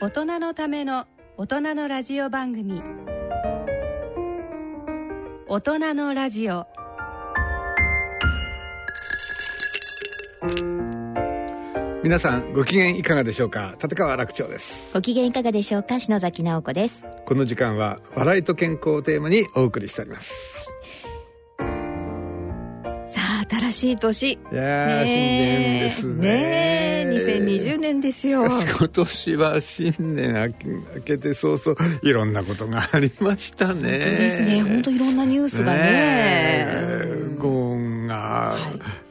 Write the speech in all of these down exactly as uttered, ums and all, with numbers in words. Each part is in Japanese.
大人のための大人のラジオ番組、大人のラジオ。 皆さんご機嫌いかがでしょうか。立川楽長です。 ご機嫌いかがでしょうか。篠崎直子です。 この時間は笑いと健康をテーマにお送りしております。 さあ、新しい年。いやー、新年ですね。 ねえ、にせんにじゅうねんですよ。 しかし今年は新年明けて早々いろんなことがありましたね。本当ですね。本当いろんなニュースがね。 ねゴーンが、はい、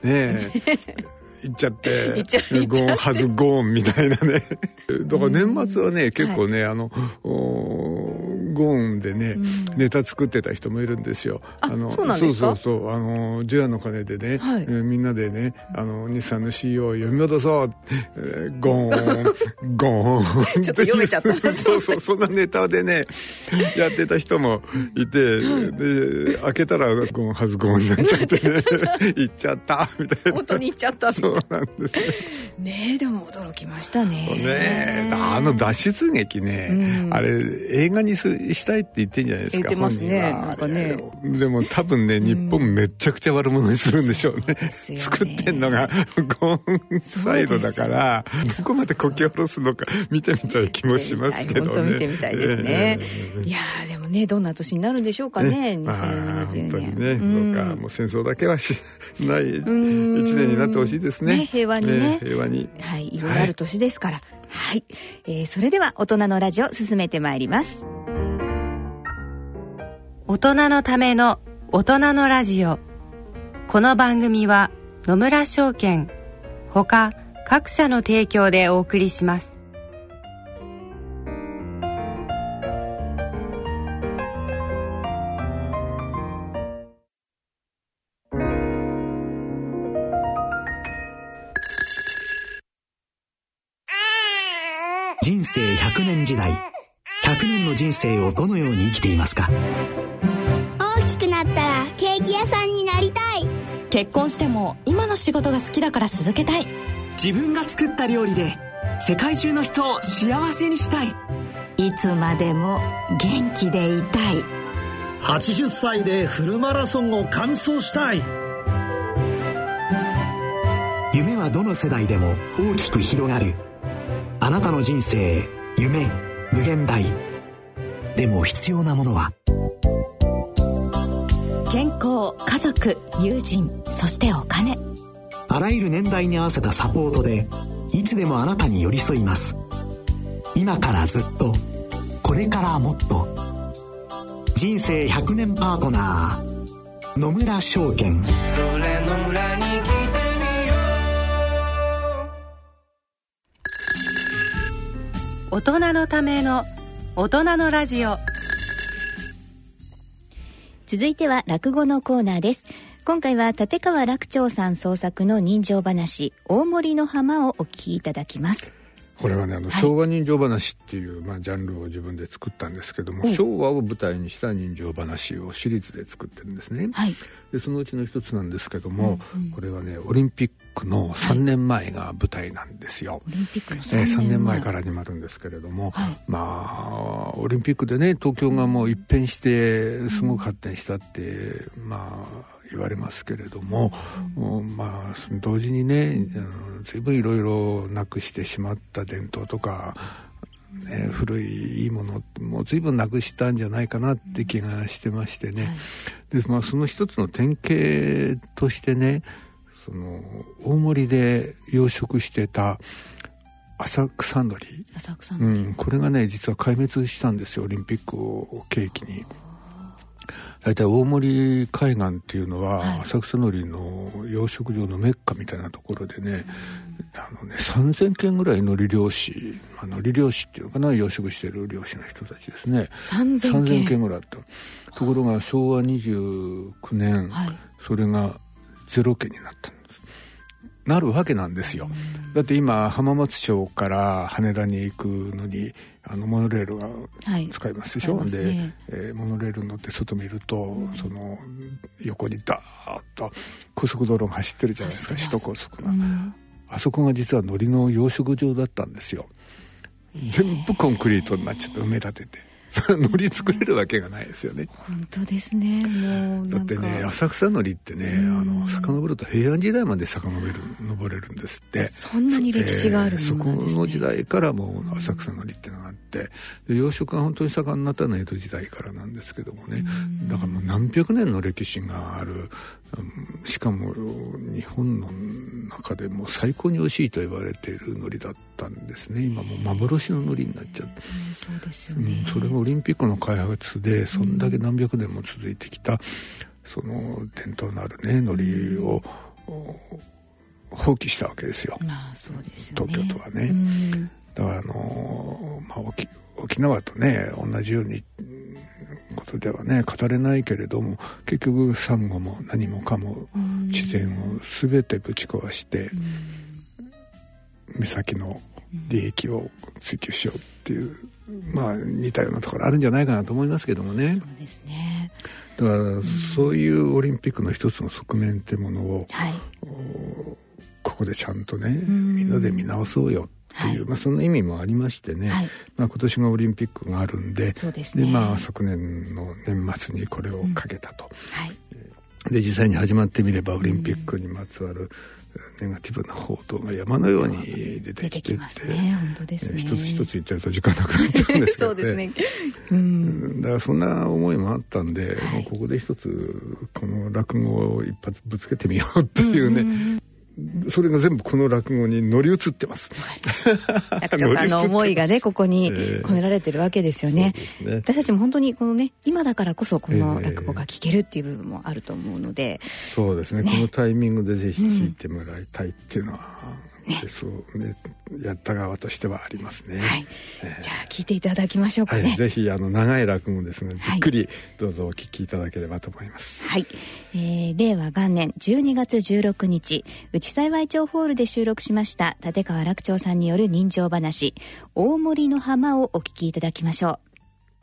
ね行っちゃってゴーンはずゴーンみたいなね。だから年末はね、結構ね、はい、あのゴーンでね、うん、ネタ作ってた人もいるんですよ。 ああのそうなんですか。 そうそうそう、あの除夜の鐘でね、 はい、 えー、みんなでね、あの日産の シーイーオー を読み戻そう、えー、ゴーンゴーンちょっと読めちゃったそうそう、そんなネタでねやってた人もいて、はい、で開けたらゴーンはずゴーンになっちゃってね行っちゃったみたいな。 本当に行っちゃったみたいな。 そうなんですね。 ねえ、でも驚きましたね。 ねえ、あの脱出劇ね、うん、あれ映画にすしたいって言ってんじゃないですか。 言ってますね。なんかね。 でも多分ね、日本めちゃくちゃ悪者にするんでしょうね。うん、作ってんのがゴーンサイドだから、どこまでこき下ろすのか見てみたい気もしますけどね。 本当見てみたいですね。えー、いやー、でもね、どんな年になるんでしょうかね。にせんにじゅうねん。 本当にね、うん、どうかもう戦争だけはしない一年になってほしいですね。 ね、平和にね、 えー、平和に、 はい、いろいろある年ですから。はい、えー、それでは大人のラジオ進めてまいります。 大人のための大人のラジオ。この番組は野村証券ほか各社の提供でお送りします。 人生ひゃくねん時代、ひゃくねんの人生をどのように生きていますか。 大きくなったらケーキ屋さんになりたい。 結婚しても今の仕事が好きだから続けたい。 自分が作った料理で世界中の人を幸せにしたい。 いつまでも元気でいたい。 はちじゅっさいでフルマラソンを完走したい。 夢はどの世代でも大きく広がる。あなたの人生、夢、無限大。でも必要なものは健康、家族、友人、そしてお金。 あらゆる年代に合わせたサポートでいつでもあなたに寄り添います。今からずっと、これからもっと。人生ひゃくねんパートナー、野村証券。それ野村に来て大人のための大人のラジオ。 続いては落語のコーナーです。今回は立川楽長さん創作の人情話、大森の浜をお聞きいただきます。 これはね、あの、はい、昭和人情話っていう、まあ、ジャンルを自分で作ったんですけども、うん、昭和を舞台にした人情話をシリーズで作ってるんですね、はい、でそのうちの一つなんですけども、うんうん、これはねオリンピックのさんねんまえが舞台なんですよ、はい、 オリンピックのさんねんまえ、えー、さんねんまえから始まるんですけれども、はい、まあオリンピックでね東京がもう一変してすごく発展したって、うん、まあ言われますけれども、うん、まあ同時にね随分いろいろなくしてしまった伝統とか、ね、古いいいものも随分なくしたんじゃないかなって気がしてましてね、はい、で、まあ、その一つの典型としてね、その大森で養殖してた浅草のり、 浅草のり、 うん、これがね実は壊滅したんですよ、オリンピックを契機に。大体大森海岸っていうのは、はい、浅草のりの養殖場のメッカみたいなところでね、あのねさんぜんけんぐらいのり漁師、あのり漁師っていうのかな、養殖してる漁師の人たちですね、 さんぜんけんぐらいあった。ところがしょうわにじゅうきゅうねん、はい、それがゼロけんになったんです。なるわけなんですよ。だって今浜松町から羽田に行くのにあのモノレールが使いますでしょ、はい、で、ねえー、モノレールに乗って外見ると、うん、その横にダーッと高速道路が走ってるじゃないですか、首都高速が、うん、あそこが実は海苔の養殖場だったんですよ。 全部コンクリートになっちゃって埋め立てて乗り作れるわけがないですよね。 本当ですね。もうだってね、浅草乗りってね、あの遡ると平安時代まで遡れる登れるんですって。 そんなに歴史があるものなんですね。 そこの時代からもう浅草乗りってのがあって、で養殖が本当に盛んになったのは江戸時代からなんですけどもね、だからもう何百年の歴史がある、しかも日本の中でも最高に美味しいと言われている海苔だったんですね。今もう幻の海苔になっちゃって、 うん、そうですよね、 うん、それがオリンピックの開発でそんだけ何百年も続いてきた、その伝統のあるね海苔を放棄したわけですよ、 まあそうですよね、 東京都はね、 うん、 だからあの、まあ、沖, 沖縄とね同じようにことではね語れないけれども、結局サンゴも何もかも自然を全てぶち壊して、うん、目先の利益を追求しようっていう、まあ似たようなところあるんじゃないかなと思いますけどもね。 そうですね。 だから、うん、そういうオリンピックの一つの側面ってものを、はい、ここでちゃんとね、うん、みんなで見直そうよっていう、はい、まあ、その意味もありましてね、はい、まあ、今年がオリンピックがあるんで、 そうですね、 で、まあ、昨年の年末にこれをかけたと、うん、はい、で実際に始まってみればオリンピックにまつわるネガティブな報道が山のように出てきてて、 ますね、本当ですね、 一つ一つ言ってると時間なくなってるんですけどねそうですね、うん、だからそんな思いもあったんで、はい、もうここで一つこの落語を一発ぶつけてみようっていうね、うんうんうん、それが全部この落語に乗り移ってます。 楽長さんの思いがねここに込められてるわけですよね。えー、ね、私たちも本当にこのね今だからこそこの落語が聞けるっていう部分もあると思うので、えー、 そうですね、ね、このタイミングでぜひ聞いてもらいたいっていうのは、うんね、そうね、やった側としてはありますね。はい、 えー、じゃあ聞いていただきましょうかね。はい、 ぜひあの長い落語ですがじっくりどうぞお聞きいただければと思います。 はい、えー、令和元年じゅうにがつじゅうろくにち内幸町ホールで収録しました立川楽長さんによる人情話大森の浜をお聞きいただきましょう。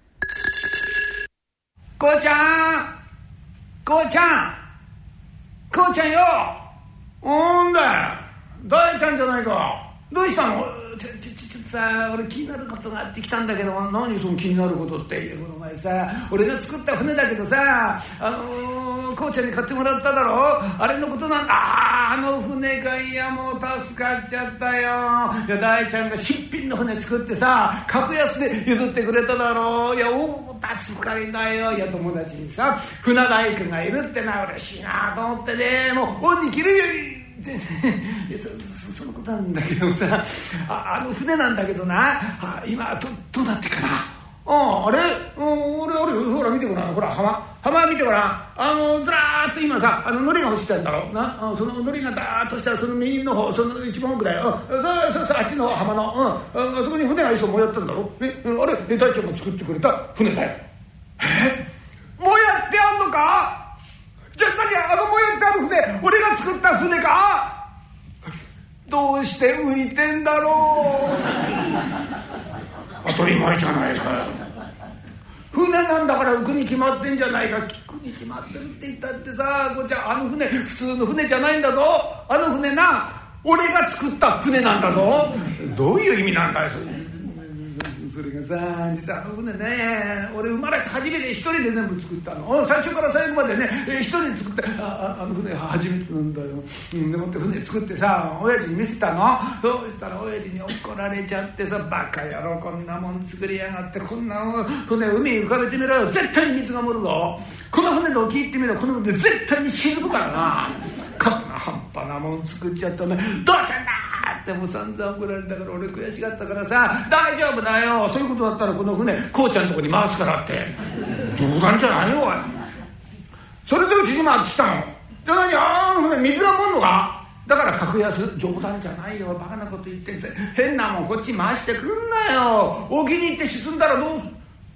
こうちゃんこうちゃんこうちゃんよ、おんだよ大ちゃんじゃないか。どうしたの？ちょちょちょちょっとさ、俺気になることがあってきたんだけど、何その気になることって。この前さ、俺が作った船だけどさ、あのー、こうちゃんに買ってもらっただろ。あれのことなんだ。あー、あの船が、いやもう助かっちゃったよ。いや大ちゃんが新品の船作ってさ、格安で譲ってくれただろ。いやお助かりだよ。いや友達にさ船大工がいるってな、嬉しいなと思ってね、もう恩に着るより全然いや そ, そ, そのことなんだけどさ、 あ, あの船なんだけどな、あ今 ど, どうなってかな。ああれ、うん、俺俺ほら見てごらん、ほら浜浜見てごらん。あのずらーっと今さ、あの海苔が落ちてるんだろうな。あその海苔がダーッとしたらその右の方、その一番奥だよ。うん、そうそうそう、あっちの浜の、うん、あそこに船が一緒もやってるんだろう。ね、うん、あれで大ちゃんが作ってくれた船だよ。えもうやってあんのか。じゃあ何、あのもやってある船、俺が作った船か。どうして浮いてんだろう。当たり前じゃないか。船なんだから浮くに決まってんじゃないか。聞くに決まってるって言ったってさ、こっちはあの船普通の船じゃないんだぞ。あの船な、俺が作った船なんだぞ。どういう意味なんだよそれ。それがさ、実はあの船ね、俺生まれて初めて一人で全部作ったの。最初から最後までね一人で作って、あああの船初めてなんだよ、うん、でもって船作ってさ親父に見せたの。そうしたら親父に怒られちゃってさ、バカ野郎こんなもん作りやがって、こんな船海浮かべてみろよ、絶対に水が漏るぞ。この船で沖行ってみろ、この船で絶対に沈むからな。こんな半端なもん作っちゃったね、どうせんだってもう散々怒られたから俺悔しがったからさ、大丈夫だよ、そういうことだったらこの船こうちゃんのとこに回すからって。冗談じゃないよおい。それでうちに回ってきたの。じゃあ何、あの船水が漏んのか。だから格安。冗談じゃないよ、バカなこと言ってんぜ。変なもんこっち回してくんなよ。沖に行って沈んだらどうす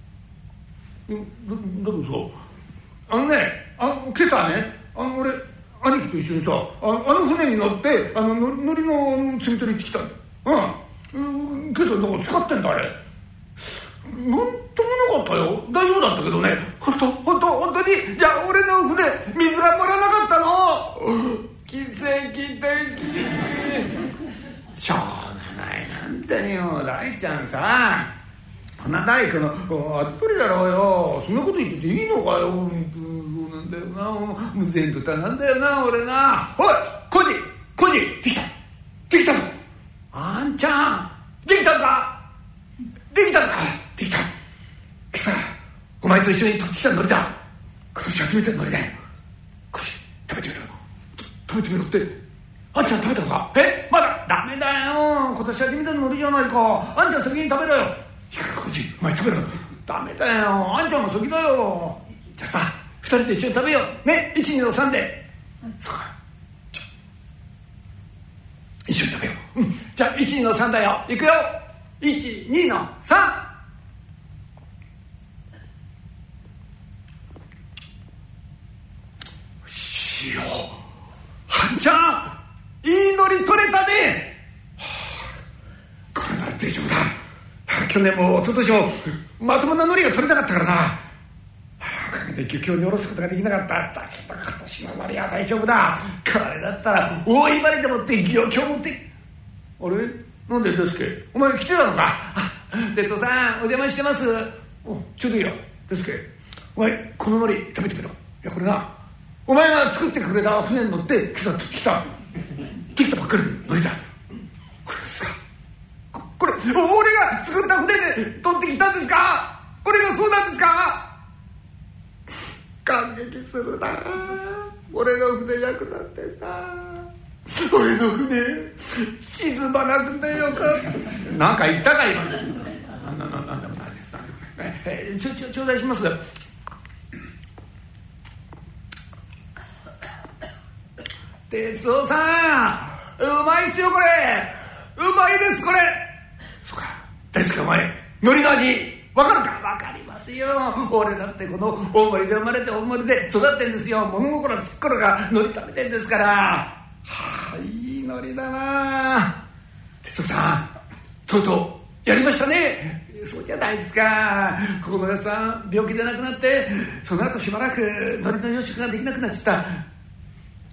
どどうぞ。あのね、あの今朝ね、あの俺兄貴と一緒にさ、あのあの船に乗ってあののりの釣り取り行ってきたんだ。うん、うん、今朝どこ使ってんだあれ。なんともなかったよ。大丈夫だったけどね。本当本当本当に。じゃあ俺の船水が漏らなかったの。奇跡的。しょうがない。なんきたねよ。大ちゃんさ、こんな大工の後取りだろうよ。そんなこと言ってていいのかよ。そうなんだよな、無然とたなんだよな俺な。おいコジコジ、できたできたぞ。あんちゃんできたのか、できたのか。できた。今朝お前と一緒に取ってきた海苔だ。今年初めての海苔だよ。コジ食べてみろ。食べてみろって。あんちゃん食べたのか。え、まだダメだよ。今年初めての海苔じゃないか。あんちゃん先に食べろよ。いやコジお前食べろ。ダメだよ、あんちゃんが先だよ。じゃあさ二人で一緒に食べようね。いちにのさんで。そうか、じゃ一緒に食べよう、うん、じゃあいちにのさんだよ。いくよ。いちにのさん。しよう、あんちゃんいい海苔取れたね、はあ、これなら大丈夫だ、はあ、去年も一昨年もまともな海苔が取れなかったからな、はあ、おかげで漁協に下ろすことができなかった。だけど今年の海苔は大丈夫だ。これだったら大威張りでもって漁協持ってあれなんでですけ、お前来てたのか。哲夫さんお邪魔してます。おちょうどいいよですけ、お前この海苔食べてみろ。いやこれな、お前が作ってくれた船に乗って来た来たできたばっかりの海苔だ。これですか。 こ, これ俺が作った船で取ってきたんですか。これがそうなんですか。感激するな。俺の船役立ってんだ。俺の船沈まなくてよかった。なんか言ったか今。なんだなんだなんだなんだえー、ちょちょちょうだいします。哲夫さんうまいっすよこれ。うまいですこれ。そうか大好き。お前海苔の味わかるか。わかりますよ。俺だってこの大森で生まれて大森で育ってんですよ。物心つく頃が海苔食べてんですから。はあいい海苔だな。哲夫さんとうとうやりましたね。そうじゃないですか。ここのやつさん病気で亡くなってその後しばらく海苔の養殖ができなくなっちゃった。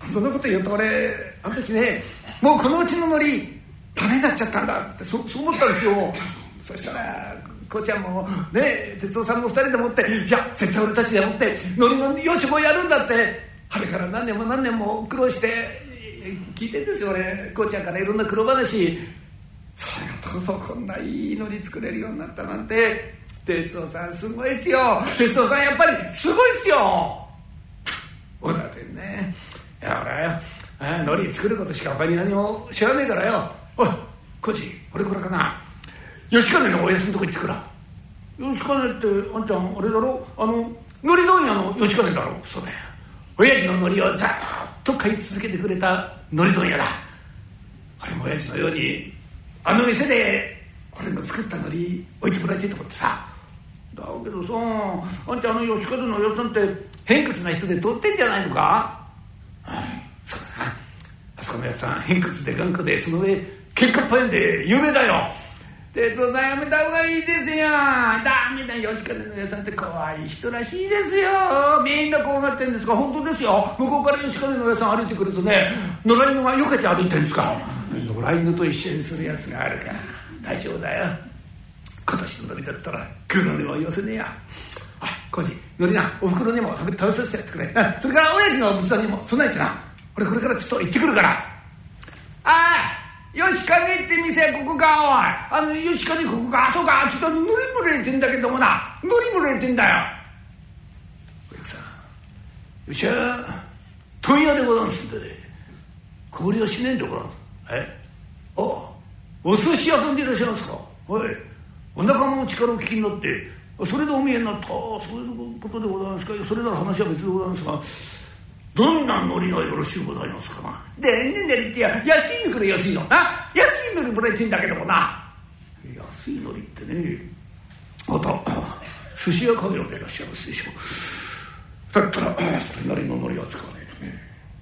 そんなこと言うと俺あの時ね、もうこのうちの海苔ダメになっちゃったんだって そ, そう思ったんですよ。そしたらこうちゃんもね哲夫さんもふたりでもっていや絶対俺たちでもって海苔の養殖をやるんだってあれから何年も何年も苦労して聞いてんですよ俺。こうちゃんからいろんな苦労話。それがとうとうこんないい海苔作れるようになったなんて。哲夫さんすごいですよ。哲夫さんやっぱりすごいですよ。おだてんね。いや俺はよ海苔作ることしか他に何も知らねえからよ。おいコーチ俺これかな吉金のおやすのとこ行ってくら。吉金ってあんちゃんあれだろ、あの海苔問屋の吉金だろ。そうだよ、親父の海苔をざっと買い続けてくれた海苔問屋だ。俺も親父のようにあの店で俺の作った海苔置いてもらいたいと思ってさ。だけどさあんちゃんあの吉金のおやさんって偏屈な人で取ってんじゃないのか。ああそうだな、あそこのやつさん偏屈で頑固でその上喧嘩っ早いんで有名だよ。哲夫さんやめた方がいいですよ。ダメだ吉金のやつさんって可愛い人らしいですよ。みんな怖がってるんですが本当ですよ。向こうから吉金のやつさん歩いてくるとね野良犬がよけて歩いてるんですか。野良犬と一緒にするやつがあるから大丈夫だよ。今年の海苔だったら黒にも寄せねえや。あコージ海苔なおふくろにも食べ食べさせてやってくれ。あそれから親父の仏さんにも備えてな。俺これからちょっと行ってくるから。ああ吉金って店ここか。おいあの吉金ここか。そうかちょっとぬりむれてんだけどもなぬりむれてんだよ。お客さんうちは問屋でござんすんでね小売りはしねえんでござんす。えあお寿司屋さんでいらっしゃいますか。はいお仲間の力を聞きになってそれでお見えになった。そういうことでございますか。それなら話は別でございますがどんな海苔がよろしゅうございますかな。でねんねりってや安いのくらい安いのな。安いのりもらえてんだけどもな。安いのりってねまた寿司屋家業でいらっしゃいますでしょう。だったらそれなりの海苔は使わないとね。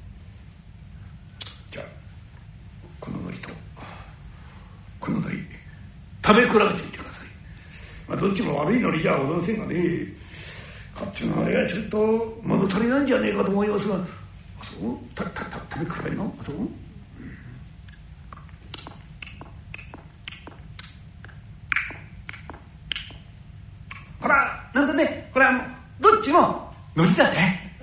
じゃあこの海苔とこの海苔食べ比べてみてください。まあ、どっちも悪い海苔じゃございませんがねこっちのあれはちょっと物足りないんじゃねえかと思いますが。あそうたたた食べ比べるのあそう、うん、 これはもうどっちもノリだね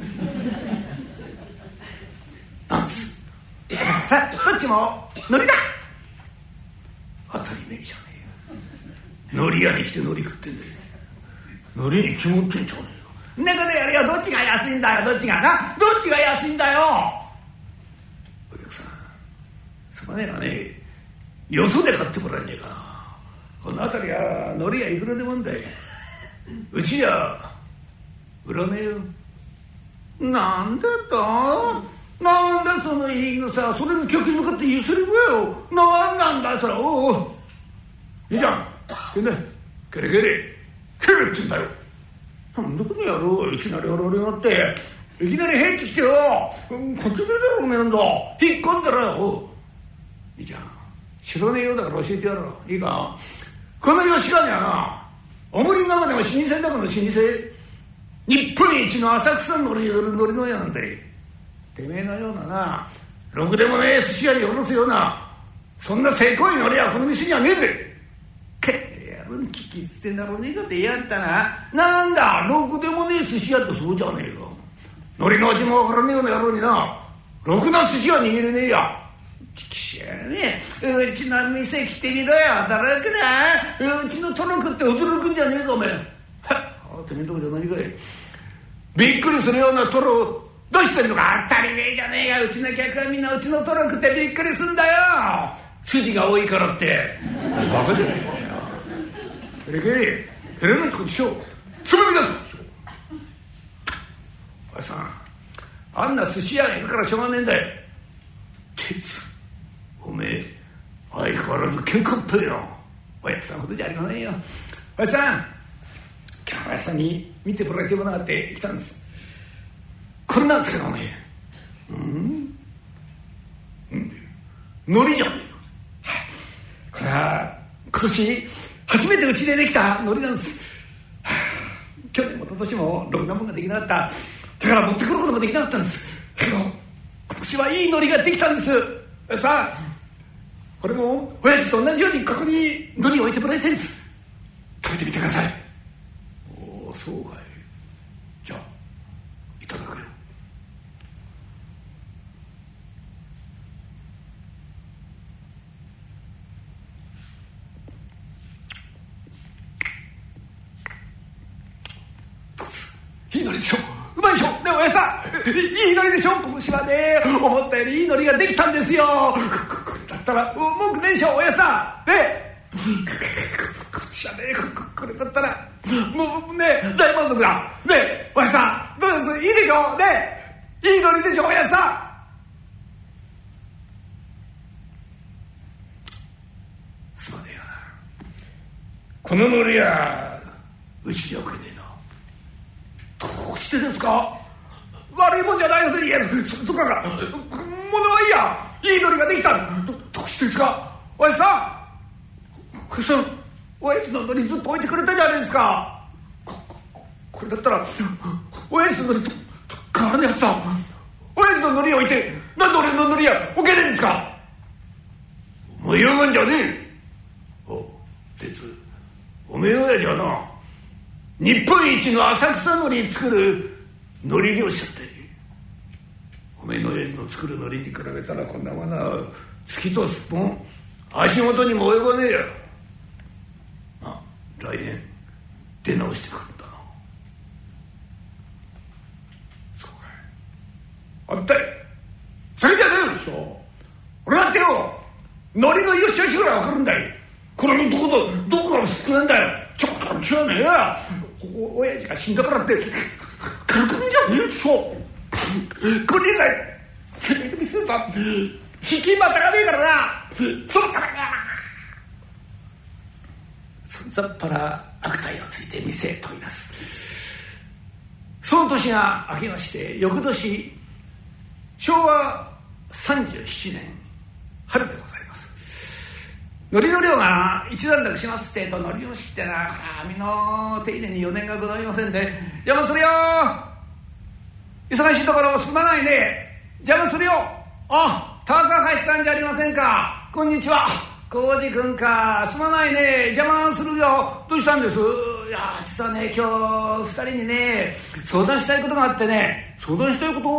なんです。さあどっちもノリだ。当たり前じゃねえよ。ノリ屋に来てノリ食ってんだよ。ノリに決まってんじゃねえよ。猫でやるよ。どっちが安いんだよ。どっちがなどっちが安いんだよ。お客さんすまねえがね、よそで買ってもらえねえかな。この辺りはノリはいくらでもんだよ。うちや売らねえよ。なんでだなんだその言い草。それが客に向かって言うセリフよ。なんなんだそれ。おおいいじゃん。でねケレケレケレって言うんだよ。なんだこの野郎。いきなり現れやがっていきなり入ってきてよ。こっちめだろおめえなんだ。引っ込んだらよ。いいじゃん。知らねえようだから教えてやろう。いいか。この吉川にはなおもりの中でも老舗だからの老舗日本一の浅草のりによるのりの屋なんだい。てめえのようななろくでもねえ寿司屋に卸すようなそんなせこいのりはこの店にはねえぜ。けっやるに聞きつってんだろうねえかって言いやったな。なんだろくでもねえ寿司屋ってそうじゃねえか。のりの味もわからねえような野郎になろくな寿司は握れねえや。ちきしやねえ。うちの店来てみろよ。働くな。うちのトロ食って驚くんじゃねえぞおめえ。はってめえとこじゃ何かい。びっくりするようなトロどうしてるのか。当たり前じゃねえや。うちの客はみんなうちのトロ食ってびっくりすんだよ。筋が多いからって。バカじゃねえかお前。ケレケレケレのこっちしょつぶみだぞ。お前さんあんな寿司屋がいるからしょうがねえんだよ。鉄おめえ相変わらず喧嘩っぽいよ。おやつさんほどじゃありませんよ。おやつさん今日おやつさんに見てもらいたいものがあって来たんです。これなんですけどね。うんうんのりじゃねえよ。これは今年初めてうちでできたのりなんです。去年も一昨年もろくなもんができなかった。だから持ってくることもできなかったんです。けど今年はいいのりができたんです。さあこれも親父と同じようにここにのりを置いてもらいたいんです。食べてみてください。おおそうかい。じゃあいただくよ。いいのりでしょ。うまいでしょ。でも親さんいいのりでしょ。今年はね思ったよりいいのりができたんですよ。これだったら文句ねえでしょ親さんね。こっちはねこれだったらもうね大満足だね。親さんどうですいいでしょね。いいのりでしょ親さん。すまねえよな。こののりはうちじゃ食えねえな。どうしてですか。悪いもんじゃないよ。いやとかがものはいいやいいのりができた。 ど, どうしてですかおやじさん。おやじさんおやじののりずっと置いてくれたじゃないですか。 こ, これだったらおやじののりと変わらねえやつさ。おやじののり置いてなんで俺ののりや置けねえんですか。思いようがんじゃねえ。お鉄おめえの親父はな日本一の浅草のり作るのり漁師だって。おめえの親父の作るのりに比べたらこんなものは月とすっぽん足元にも及ばねえよ。あ来年出直してくるんだな。そうかい。あったいそれじゃねえよ。俺だってよのりのよしよしぐらい分かるんだよ。これのどことどこから少ないんだよ。ちょっと違うねえや。お親父が死んだからって軽くんじゃねえでしょ。これさてめえの店さ資金またがねえからな。そのためにそんざっぱら悪態をついて店へ飛び出す。その年が明けまして翌年しょうわさんじゅうななねん春でございます。のりの量が一段落しますってえとのり漁師ってな身の手入れに余念がございませんで邪魔するよ忙しいところもすまないね邪魔するよ。あ高橋さんじゃありませんか。こんにちは浩二君かすまないね邪魔するよ。どうしたんです。いいや実はね今日ふたりにね相談したいことがあってね。相談したいこと？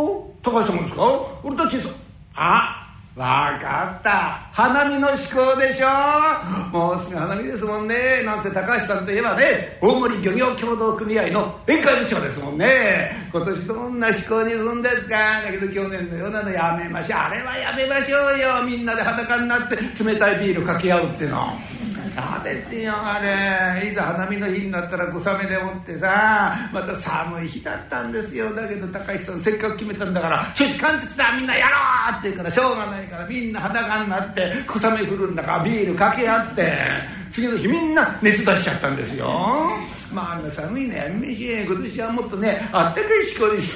高橋さんもですか？俺たちそあわかった。花見の志向でしょ。もうすぐ花見ですもんね。なんせ高橋さんといえばね大森漁業協同組合の宴会部長ですもんね。今年どんな志向にするんですか？だけど去年のようなのやめましょう。あれはやめましょうよ。みんなで裸になって冷たいビールかけ合うってのあれってよ。あれいざ花見の日になったら小雨でもってさまた寒い日だったんですよ。だけど高橋さんせっかく決めたんだから初志貫徹だみんなやろうって言うからしょうがないからみんな裸になって小雨降るんだからビールかけ合って次の日みんな熱出しちゃったんですよ。まああんな寒いのやめめし今年はもっとねあったかい志向にし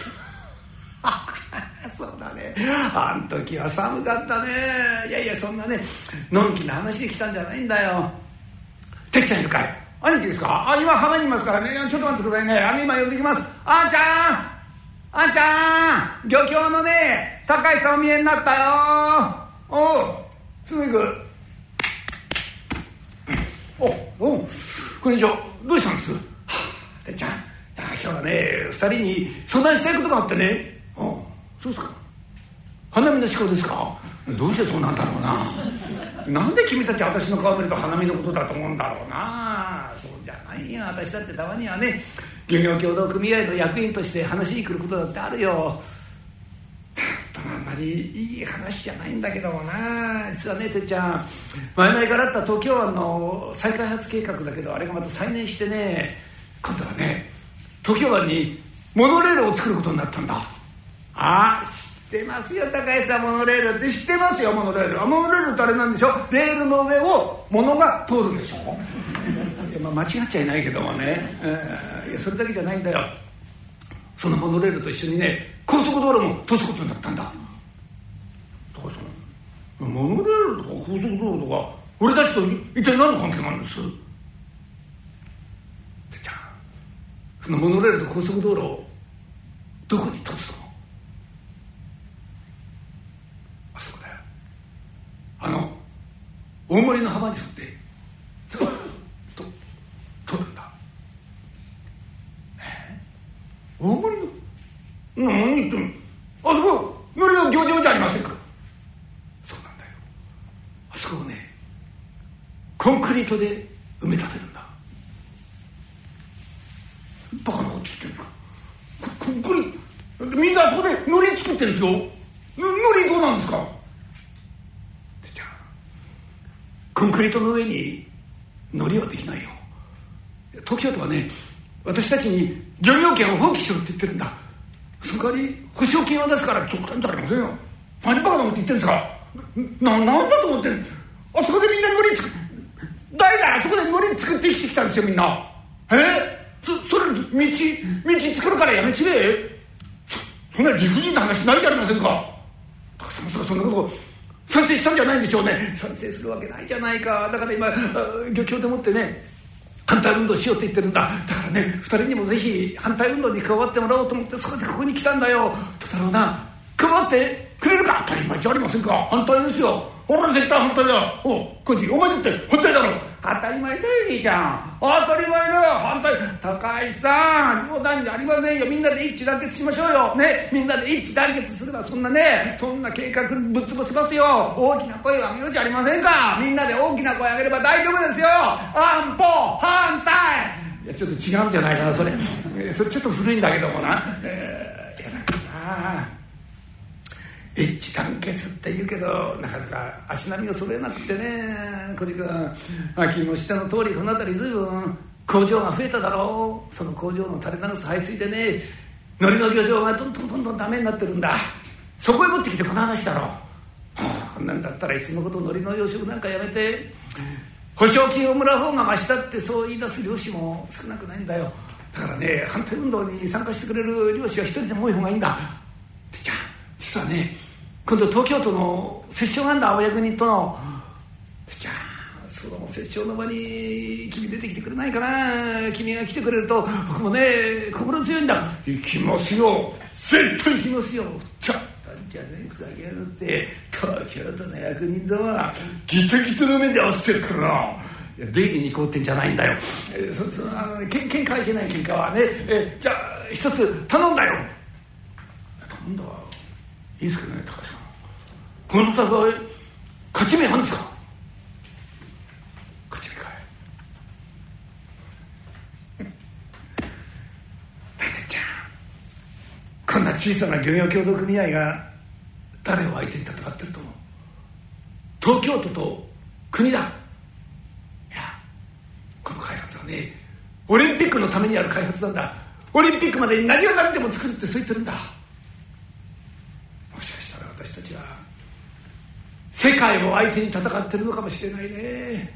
そうだね。あん時は寒かったね。いやいやそんなねのんきな話で来たんじゃないんだよ。てっちゃんいるかい？兄貴ですか？あ今浜にいますからね。ちょっと待ってくださいね。あの今呼んできます。あんちゃんあんちゃん漁協のね高橋さんお見えになったよ。おうすぐ行く。おおこんにちは。どうしたんです？はあ、てっちゃん今日はね二人に相談したいことがあってね。おうそうですか。花見の志向ですか？どうしてそうなんだろうな。なんで君たち私の顔見ると花見のことだと思うんだろうな。そうじゃないよ。私だってたまにはね漁業協同組合の役員として話に来ることだってあるよ。あんまりいい話じゃないんだけどもな。実はねてっちゃん前々からあった東京湾の再開発計画だけどあれがまた再燃してね今度はね東京湾にモノレールを作ることになったんだ。ああ知ってますよ高橋さん。モノレールって知ってますよ。モノレールあモノレールってあれなんでしょ。レールの上を物が通るんでしょ。いや、まあ、間違っちゃいないけどもね、えー、いやそれだけじゃないんだよ。そのモノレールと一緒にね高速道路も通すことになったんだ。高橋さんモノレールとか高速道路とか俺たちと一体何の関係があるんです？てっちゃんそのモノレールと高速道路をどこに通すの？あそこだよ。あの大森の浜に沿ってと通るんだ。え大森の何言ってんの？あそこ乗りの行場じゃありませんか。そうなんだよ。あそこをねコンクリートで埋め立てるんだ。バカなこと言ってるか。コンクリートみんなあそこでのり作ってるんですよ。のりどうなんですか。じゃあコンクリートの上にのりはできないよ。東京都はね私たちに漁業権を放棄しろって言ってるんだ。その代わり保証金を出すから直談じゃありませんよ。何バカなこと言ってるんですか。な、なんだと思ってる。あそこでみんなのり作る代々あそこでのり作って生きてきたんですよみんな。えそ, それ道道作るからやめちめえ。 そ, そんな理不尽な話ないじゃありませんか。高さんまさかそんなこと賛成したんじゃないんでしょうね。賛成するわけないじゃないか。だから今漁協でもってね反対運動しようって言ってるんだ。だからねふたりにもぜひ反対運動に加わってもらおうと思ってそれでここに来たんだよ。どうだろうな。加わってくれるか。当たり前じゃありませんか。反対ですよ。俺は絶対反対だ。おうコンジお前だって反対だろ。当たり前だよ兄ちゃん。当たり前だよ反対。高橋さん冗談じゃありませんよ。みんなで一致団結しましょうよね。みんなで一致団結すればそんなねそんな計画ぶっ潰せますよ。大きな声を上げようじゃありませんか。みんなで大きな声を上げれば大丈夫ですよ。安保反対。いやちょっと違うんじゃないかなそれ、えー、それちょっと古いんだけどもな、えー、いやだからな一致団結って言うけどなかなか足並みが揃えなくてね。小路君君も知ったの通りこの辺り随分工場が増えただろう。その工場の垂れ流す排水でね海苔の漁場がどんどんどんどんダメになってるんだ。そこへ持ってきてこの話だろう、はあ、こんなんだったらいっそのこと海苔の養殖なんかやめて保証金をもらう方がましだってそう言い出す漁師も少なくないんだよ。だからね反対運動に参加してくれる漁師は一人でも多い方がいいんだ。じゃあ実はね今度東京都の折衝があんだ青役人との。じゃあその折衝の場に君出てきてくれないかな。君が来てくれると僕もね心強いんだ。行きますよ絶対行きますよ。ちゃったんじゃねえくさげやがって東京都の役人とはギトギトの目で合わせてるからな。 出入りに行こうってんじゃないんだよ。えー、そそあのね、けん喧嘩はいけない喧嘩はね、えー、じゃあ一つ頼んだよ。頼んだはいいですけどね、高橋さん、この戦い勝ち目あるんですか？勝ち目かい。大体ちゃん、こんな小さな漁業協同組合が誰を相手に戦ってると思う？東京都と国だ。いや、この開発はね、オリンピックのためにある開発なんだ。オリンピックまでに何が何でも作るってそう言ってるんだ。もしかしたら私たちは世界を相手に戦ってるのかもしれないね。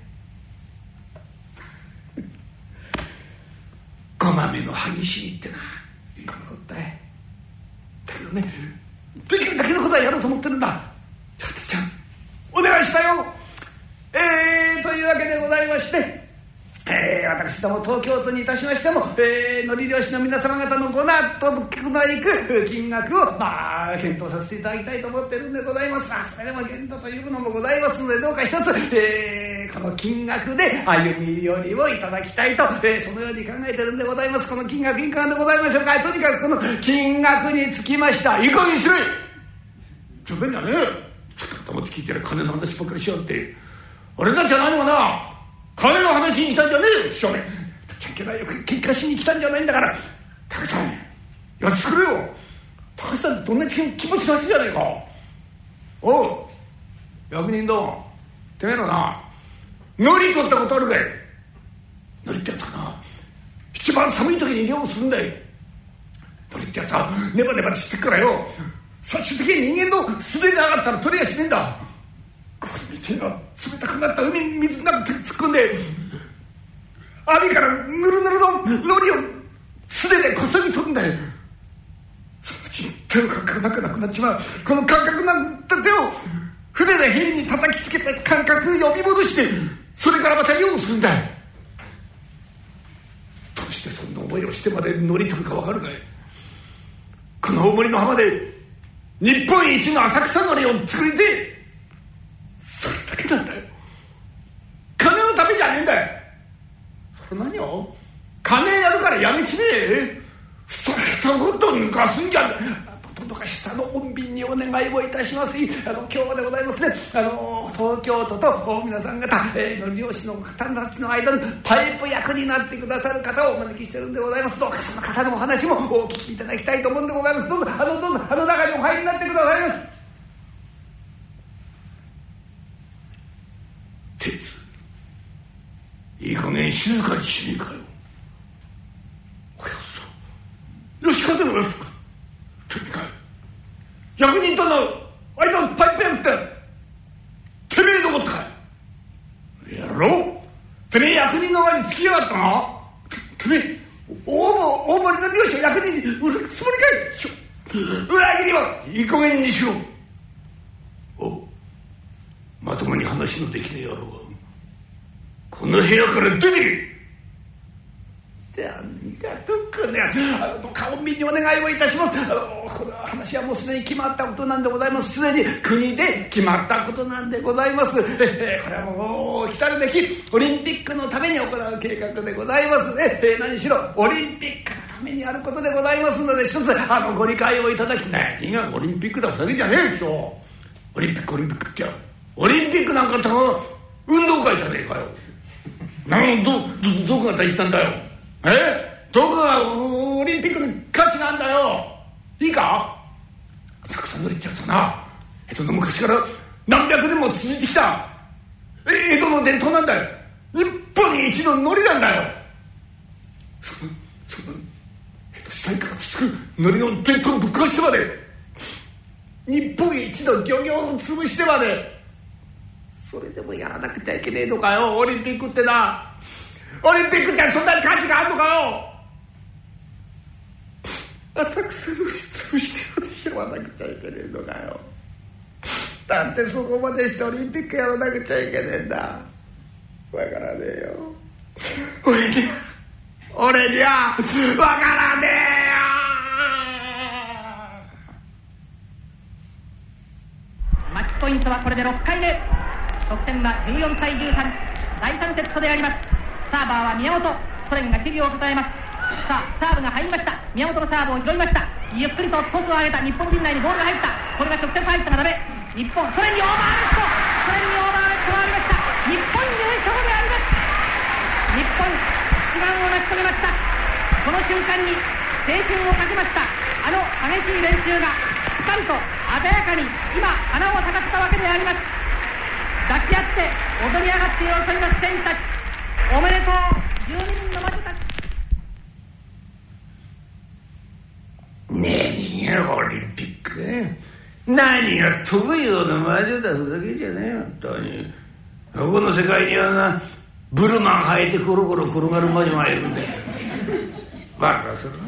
ごまめの歯ぎしりってな、このことだい。だけどね、できるだけのことはやろうと思ってるんだ。ちゃんお願いしたよ。えー、というわけでございまして、えー、私ども東京都にいたしましても、えー、乗り漁師の皆様方のご納得のいく金額を、まあ、検討させていただきたいと思ってるんでございますが、それでも限度というのもございますので、どうか一つ、えー、この金額で歩み寄りをいただきたいと、えー、そのように考えてるんでございます。この金額いかがでございましょうか。とにかくこの金額につきました、いい加減にしろい。ちょっとじゃねえ。と思って聞いてる、金の話ばっかりしようって。俺たちは何もな、金の話に来たんじゃねえよ、師匠ね。ちゃんけないよ、結果しに来たんじゃないんだから。高橋さん、安くくれよ。高橋さんどんな気持ちなしじゃねえか。おう、役人ども、てめえのな、ノリ取ったことあるかい。ノリってやつかな、一番寒い時に漁をするんだよ。ノリってやつはネバネバしてっからよ、最終的に人間の素手で上がったら取りやしねえんだ。これみてえな冷たくなった海水の中突っ込んで、網からぬるぬるの海苔を素手でこそぎ取るんだよ。そのうち手の感覚なくなくなっちまう。この感覚なった手を船でヘリに叩きつけた感覚を呼び戻して、それからまた漁をするんだよ。どうしてそんな思いをしてまで乗り取るか分かるかい。この大森の浜で日本一の浅草のりを作りてえ、それだけなんだよ。金のためじゃねえんだよ。それ何よ、金やるからやめちめえ。それとごと抜かすんじゃん。どかしさの穏便にお願いをいたします。あの今日でございますね、あの東京都と皆さん方、えー、の漁師の方たちの間のパイプ役になってくださる方をお招きしてるんでございます。どうかその方のお話もお聞きいただきたいと思うんでございます。どうぞあのどうぞあの中にお入りになってくださいまし。鉄、いい加減静かにしねえかよ。よし、勝てろよ。てめえかい、役人との間のパイプ役っててめえどこってかい。やろう、てめえ役人の側につきやがったな。て, てめえ大大森の漁師を役人に売るつもりかい。裏切りはいい加減にしろ。お、まともに話のできねえ野郎がこの部屋から出てけ。なんだとかね、あのどうか穏便にお願いをいたします。あのこの話はもうすでに決まったことなんでございます。すでに国で決まったことなんでございます。えー、これはもう来たるべきオリンピックのために行う計画でございますね。えー、何しろオリンピックのためにあることでございますので、一つあのご理解をいただきね。何がオリンピックだふざけんじゃねえでしょ。オリンピックオリンピックってやオリンピックなんかって運動会じゃねえかよ。なんどどどこが大事なんだよ。えどこがオリンピックの価値があるんだよ。いいか、浅草のりってやつはな、江戸の昔から何百年も続いてきた江戸の伝統なんだよ。日本一ののりなんだよ。そのその江戸時代から続くのりの伝統をぶっ壊してまで、日本一の漁業を潰してまで、それでもやらなくちゃいけねえのかよ、オリンピックってな。オリンピックってそんなに価値があるのかよ。浅草のり潰してまでやらなくちゃいけねえのかよ。だってそこまでしてオリンピックやらなくちゃいけねえんだ。わからねえよ。俺には俺にはわからねえよ。 マッチポイントはこれでろっかいめ。得点はじゅうよんたいじゅうさん。 だいさんセットであります。サーバーは宮本、ソ連が守備を答えます。さあサーブが入りました。宮本のサーブを拾いました。ゆっくりとトスを上げた。日本陣内にボールが入った。これが直接入ったがダメ。日本、ソ連にオーバーネット、ソ連にオーバーネットがありました。日本優勝であります。日本一番を成し遂げました。この瞬間に青春をかけました。あの激しい練習がしっかりと鮮やかに今花を咲かせたわけであります。抱き合って踊り上がって喜びます選手たち。おめでとうじゅうににんの魔女たち。 何がオリンピックね。何が飛ぶような魔女だ。ふざけんじゃねえよ本当に。この世界にはなブルマン履いてコロコロ転がる魔女がいるんだよ。バカするな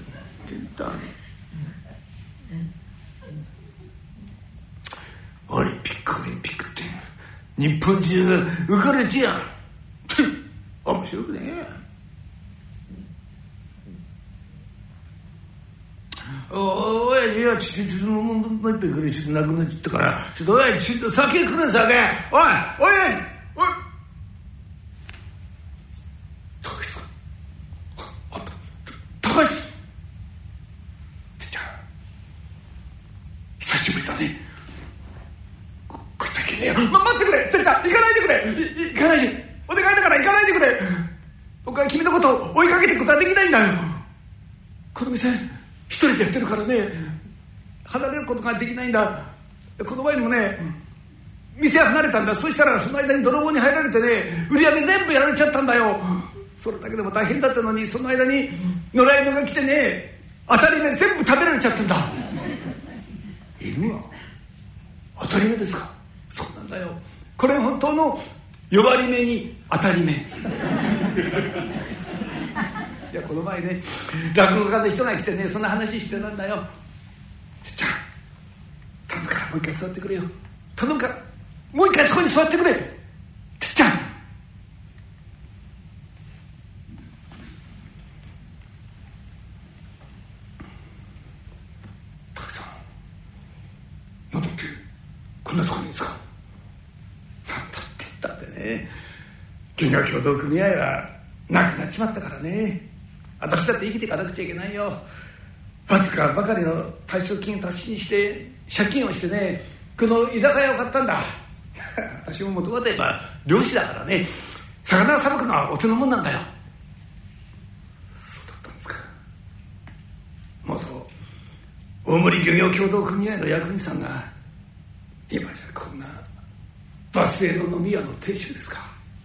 オリンピックオリンピックって日本中が浮かれちやん。面白くねえ。おおやじはちょっともうもう一杯くれ。ちょっとなくなっちゃったからちょっとおいちょっと酒くれ酒。おいおいおい高橋さんあった高橋てっちゃん久しぶりだね。ここいつはいけねえよ、ま、待ってくれてっちゃん行かないでくれ。い行かないでお願いだから行かないでくれ。僕は君のことを追いかけていくことはできないんだよ。この店一人でやってるからね離れることができないんだ。この前にもね店離れたんだ。そしたらその間に泥棒に入られてね売り上げ全部やられちゃったんだよ。それだけでも大変だったのにその間に野良犬が来てね当たり目全部食べられちゃったんだ。犬は当たり目ですか。そうなんだよ。これ本当の呼ばれ目に当たり目。いやこの前ね落語家の人が来てねそんな話してたんだよ。てっちゃん頼むからもう一回座ってくれよ。頼むからもう一回そこに座ってくれてっちゃん。高木さんなんだってこんなとこにいるんですか。なんだって言ったってね原画協同組合はなくなっちまったからね。私だって生きていかなくちゃいけないよ。わずかばかりの退職金を足しにして借金をしてねこの居酒屋を買ったんだ。私ももともと言えば漁師だからね魚をさばくのはお手のもんなんだよ。そうだったんですか。元大森漁業協同組合の役員さんが今じゃこんなバス停の飲み屋の亭主ですか。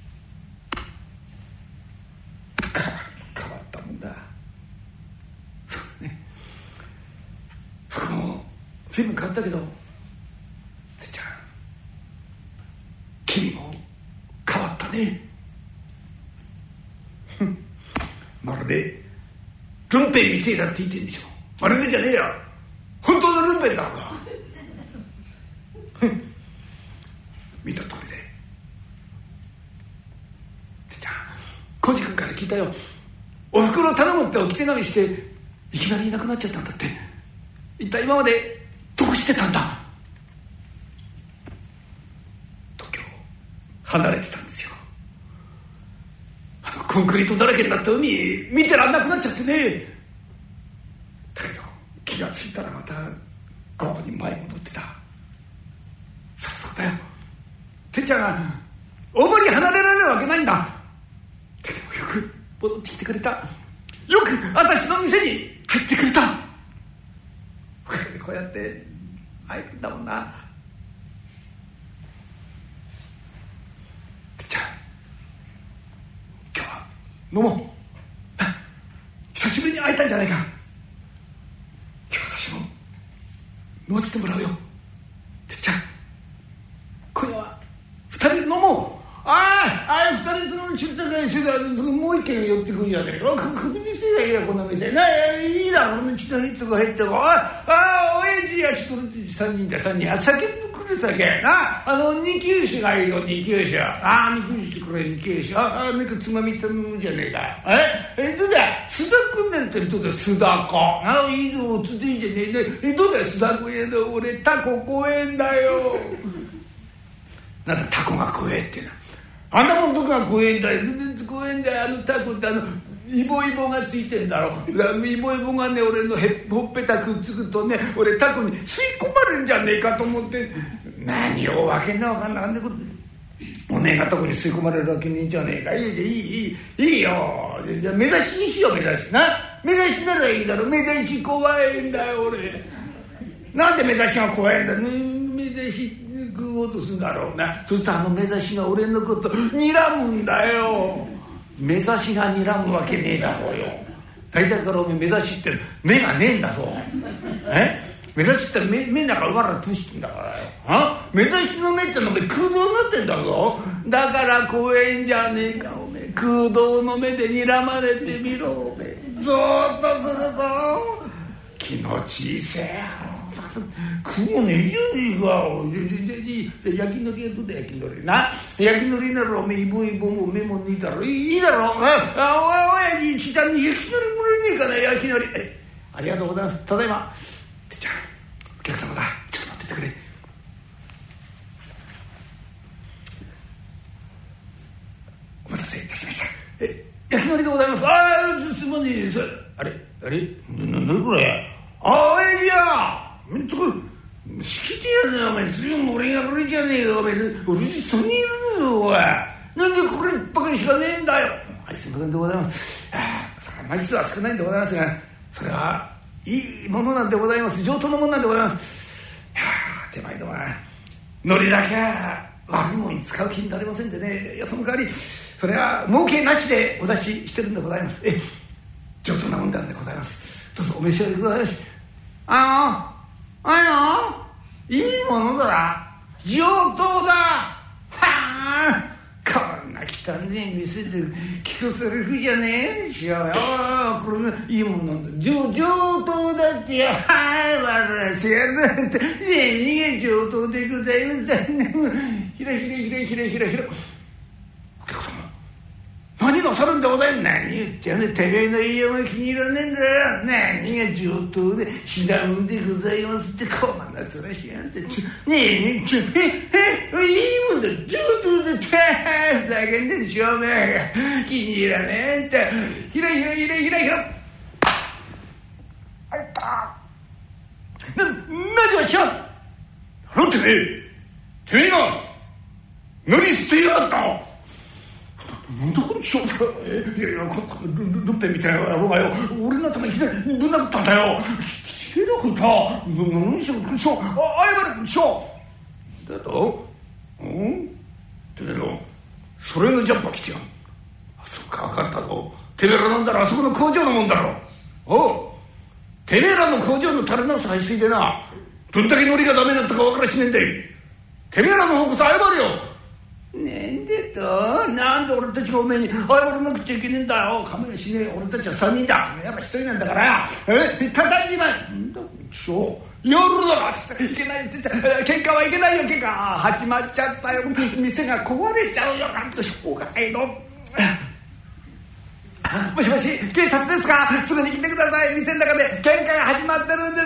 変わったもんだ。そうだね僕も随分変わったけどてっちゃん君も変わったね。まるでルンペンみてえだって言ってんでしょ。まるでじゃねえよ本当のルンペンだろうが。見た通りでてっちゃんコジ君から聞いたよ。おふくろ頼むって置き手紙していきなりいなくなっちゃったんだって。一体今までどうしてたんだ。東京離れてたんですよ。あのコンクリートだらけになった海見てらんなくなっちゃってね。だけど気がついたらまたここに前に戻ってた。そうそうだよてっちゃんが大森離れられるわけないんだ。だけどよく戻ってきてくれた。よく私の店に入ってくれた。おかげでこうやって会えるんだもんな。てっちゃん今日は飲もう。久しぶりに会えたんじゃないか。今日私も飲ませてもらうよてっちゃん。今夜は二人で飲もう。ああ、あれ二人とも知ったかいせだ。もう一軒寄ってくるじゃねえか。この店がいいやこの店。なあいいだろ。ちょっと入ってこ入ってこ。ああおやじやちょっと三人だ三人。あ酒くれ酒な。あの二級酒がいいよ二級酒。ああ二級酒これ二級酒。ああなんかつまみ頼むじゃねえか。ええどうだ須田君なんてどうだ須田子。ああいいぞつっていいじゃねえ。えどうだ須田君やだ俺タコ公園だよ。なんだタコが食えってな。 あんなもんどこが怖えんだよ。怖えんだよ。あのタコってあのイボイボがついてんだろ。イボイボがね俺のへほっぺたくっつくとね俺タコに吸い込まれるんじゃねえかと思って、何をわけんなわかんなかんねえこと、おめえがタコに吸い込まれるわけねえじゃねえか。いいいいいいいいよ。じゃあ目指しにしよう。目指しな。目指しならいいだろ。目指し怖いんだよ俺。なんで目指しが怖いんだ。目指し食おうとするんだろうな。そうするとあの目指しが俺のこと睨むんだよ。目指しが睨むわけねえだろうよ。大体からおめえ目指しって目がねえんだぞ。え目指しって目目の中うわらとしてんだからよ。あ目指しの目ってのおめえ空洞になってんだぞ。だから怖えんじゃねえかおめえ。空洞の目で睨まれてみろおめえ。ゾーッとするぞ。気持ちいいせえ雲ねえじゃねえか。焼きのりはどうだ焼きのりな。焼きのりならおめえイボイボも目もねえだろ。いいだろ。あおやじ下に焼きのりもらえねえかな。焼きのりありがとうございます。ただいま。てっちゃんお客様だ。ちょっと待っててくれ。お待たせいたしました。え焼きのりでございます。ああすまねえ。それあれあれななにこれ。ああおやじやちょこ敷地やねえお前。随分俺がこれじゃねえよお前。俺そこにいるぞおい。なんでこればかりしかねえんだよ。はいすいませんでございます。枚数は少ないんでございますがそれはいいものなんでございます。上等のものなんでございます。いや手前どもは海苔だけは悪いものに使う気になりませんでね。いやその代わりそれは儲けなしでお出ししてるんでございます。え上等なもんなんでございます。どうぞお召し上がりください。あのあのいいものだな。上等だ。はあこんな汚ねえ店で聞かされるじゃねえしよ。これがいいものなんだ。上上等だってよ。はい笑わせやるなんて何が上等でございますね。ひらひらひらひらひらひら。お客様何なさるんでございます。何言ってやねてめえの言いようが気に入らねえんだよ。何が上等で品物でございますってこんなつらしやんってちょねえちょええいいもんだ上等でってふざけんでんしょおめえが気に入らねえってひらひらひらひらひら。あいたな何をしよう。なんてねえてめえが乗り捨てやがったの。なんだこの少女。いやいやこのルッペみたいな野郎がよ俺の頭いきなりぶん殴ったんだよ。きちれなくた何しろしょあ謝れしょだとうんてめえのそれのジャンパー着てやん。あそっか分かったぞ。てめえらなんだろあそこの工場のもんだろ。おうてめえらの工場の垂れ直す排水でなどんだけノリがダメだったか分からしねえんだよ。てめえらの方こそ謝れよ。なんでとなんで俺たちがおめえに謝らなくちゃいけねえんだよ。かもしねえ俺たちはさんにんだ。やっぱひとりなんだからえたたにまいなんだそう夜だっていけないって言っちゃ喧嘩はいけないよ。喧嘩始まっちゃったよ。店が壊れちゃうよ。かんとしょうがないの。もしもし警察ですか。すぐに来てください。店の中で喧嘩が始まってるんです。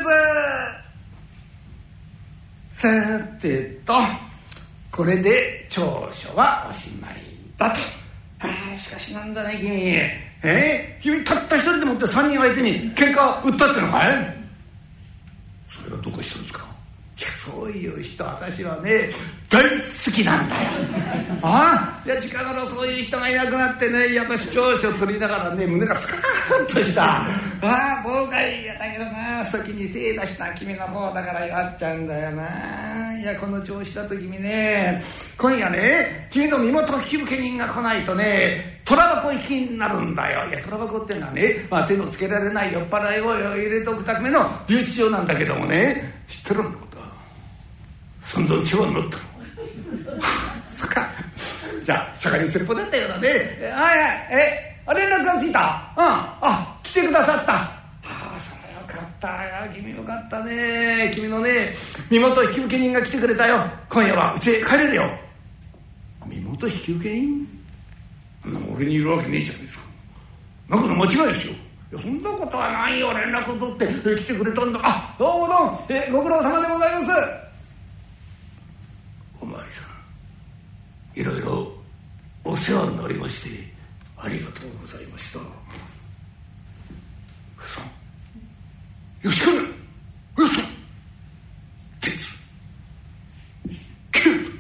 さてとこれで調書はおしまいだと。はあ、しかしなんだね君。えー、君たった一人でもって三人相手に喧嘩売ったってのかい。それはどこしたんですか。いやそういう人私はね大好きなんだよ。ああいや近頃そういう人がいなくなってね私調書取りながらね胸がスカーッとした。ああそうかい。いやだけどな先に手出した君の方だから弱っちゃうんだよな。いやこの調子だと君ね今夜ね君の身元引受人が来ないとね虎箱行きになるんだよ。いや虎箱ってのはね、まあ、手のつけられない酔っ払い声を入れておくための留置場なんだけどもね知ってるんだこと散々世話になったそっかじゃあ社会に説法だったようだね。あいやえあ連絡がついた。うんあ来てくださった。はあそれよかったよ君よかったね。君のね身元引受人が来てくれたよ。今夜はうちへ帰れるよ。身元引受人あんなもん俺にいるわけねえじゃないですか。なんかの間違いですよ。いやそんなことはないよ。連絡を取って来てくれたんだ。あどうもどうもえご苦労様でございます。おまわりさんいろいろお世話になりましてありがとうございました。さあよしかねよし鉄キュッ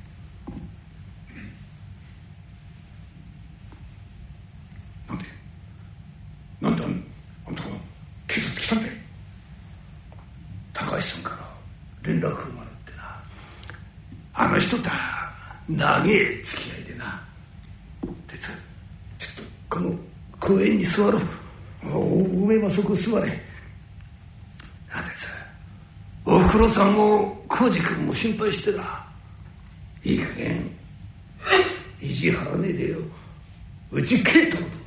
なんでなんであんたが警察来たんだよ。高橋さんから連絡をもらってな、あの人と長え付き合いでな、鉄ちょっとこの公園に座ろう。おめえはそこ座れ。な鉄おふくろさんも浩二君も心配してな、いい加減意地張らねえでようち帰ったことだ。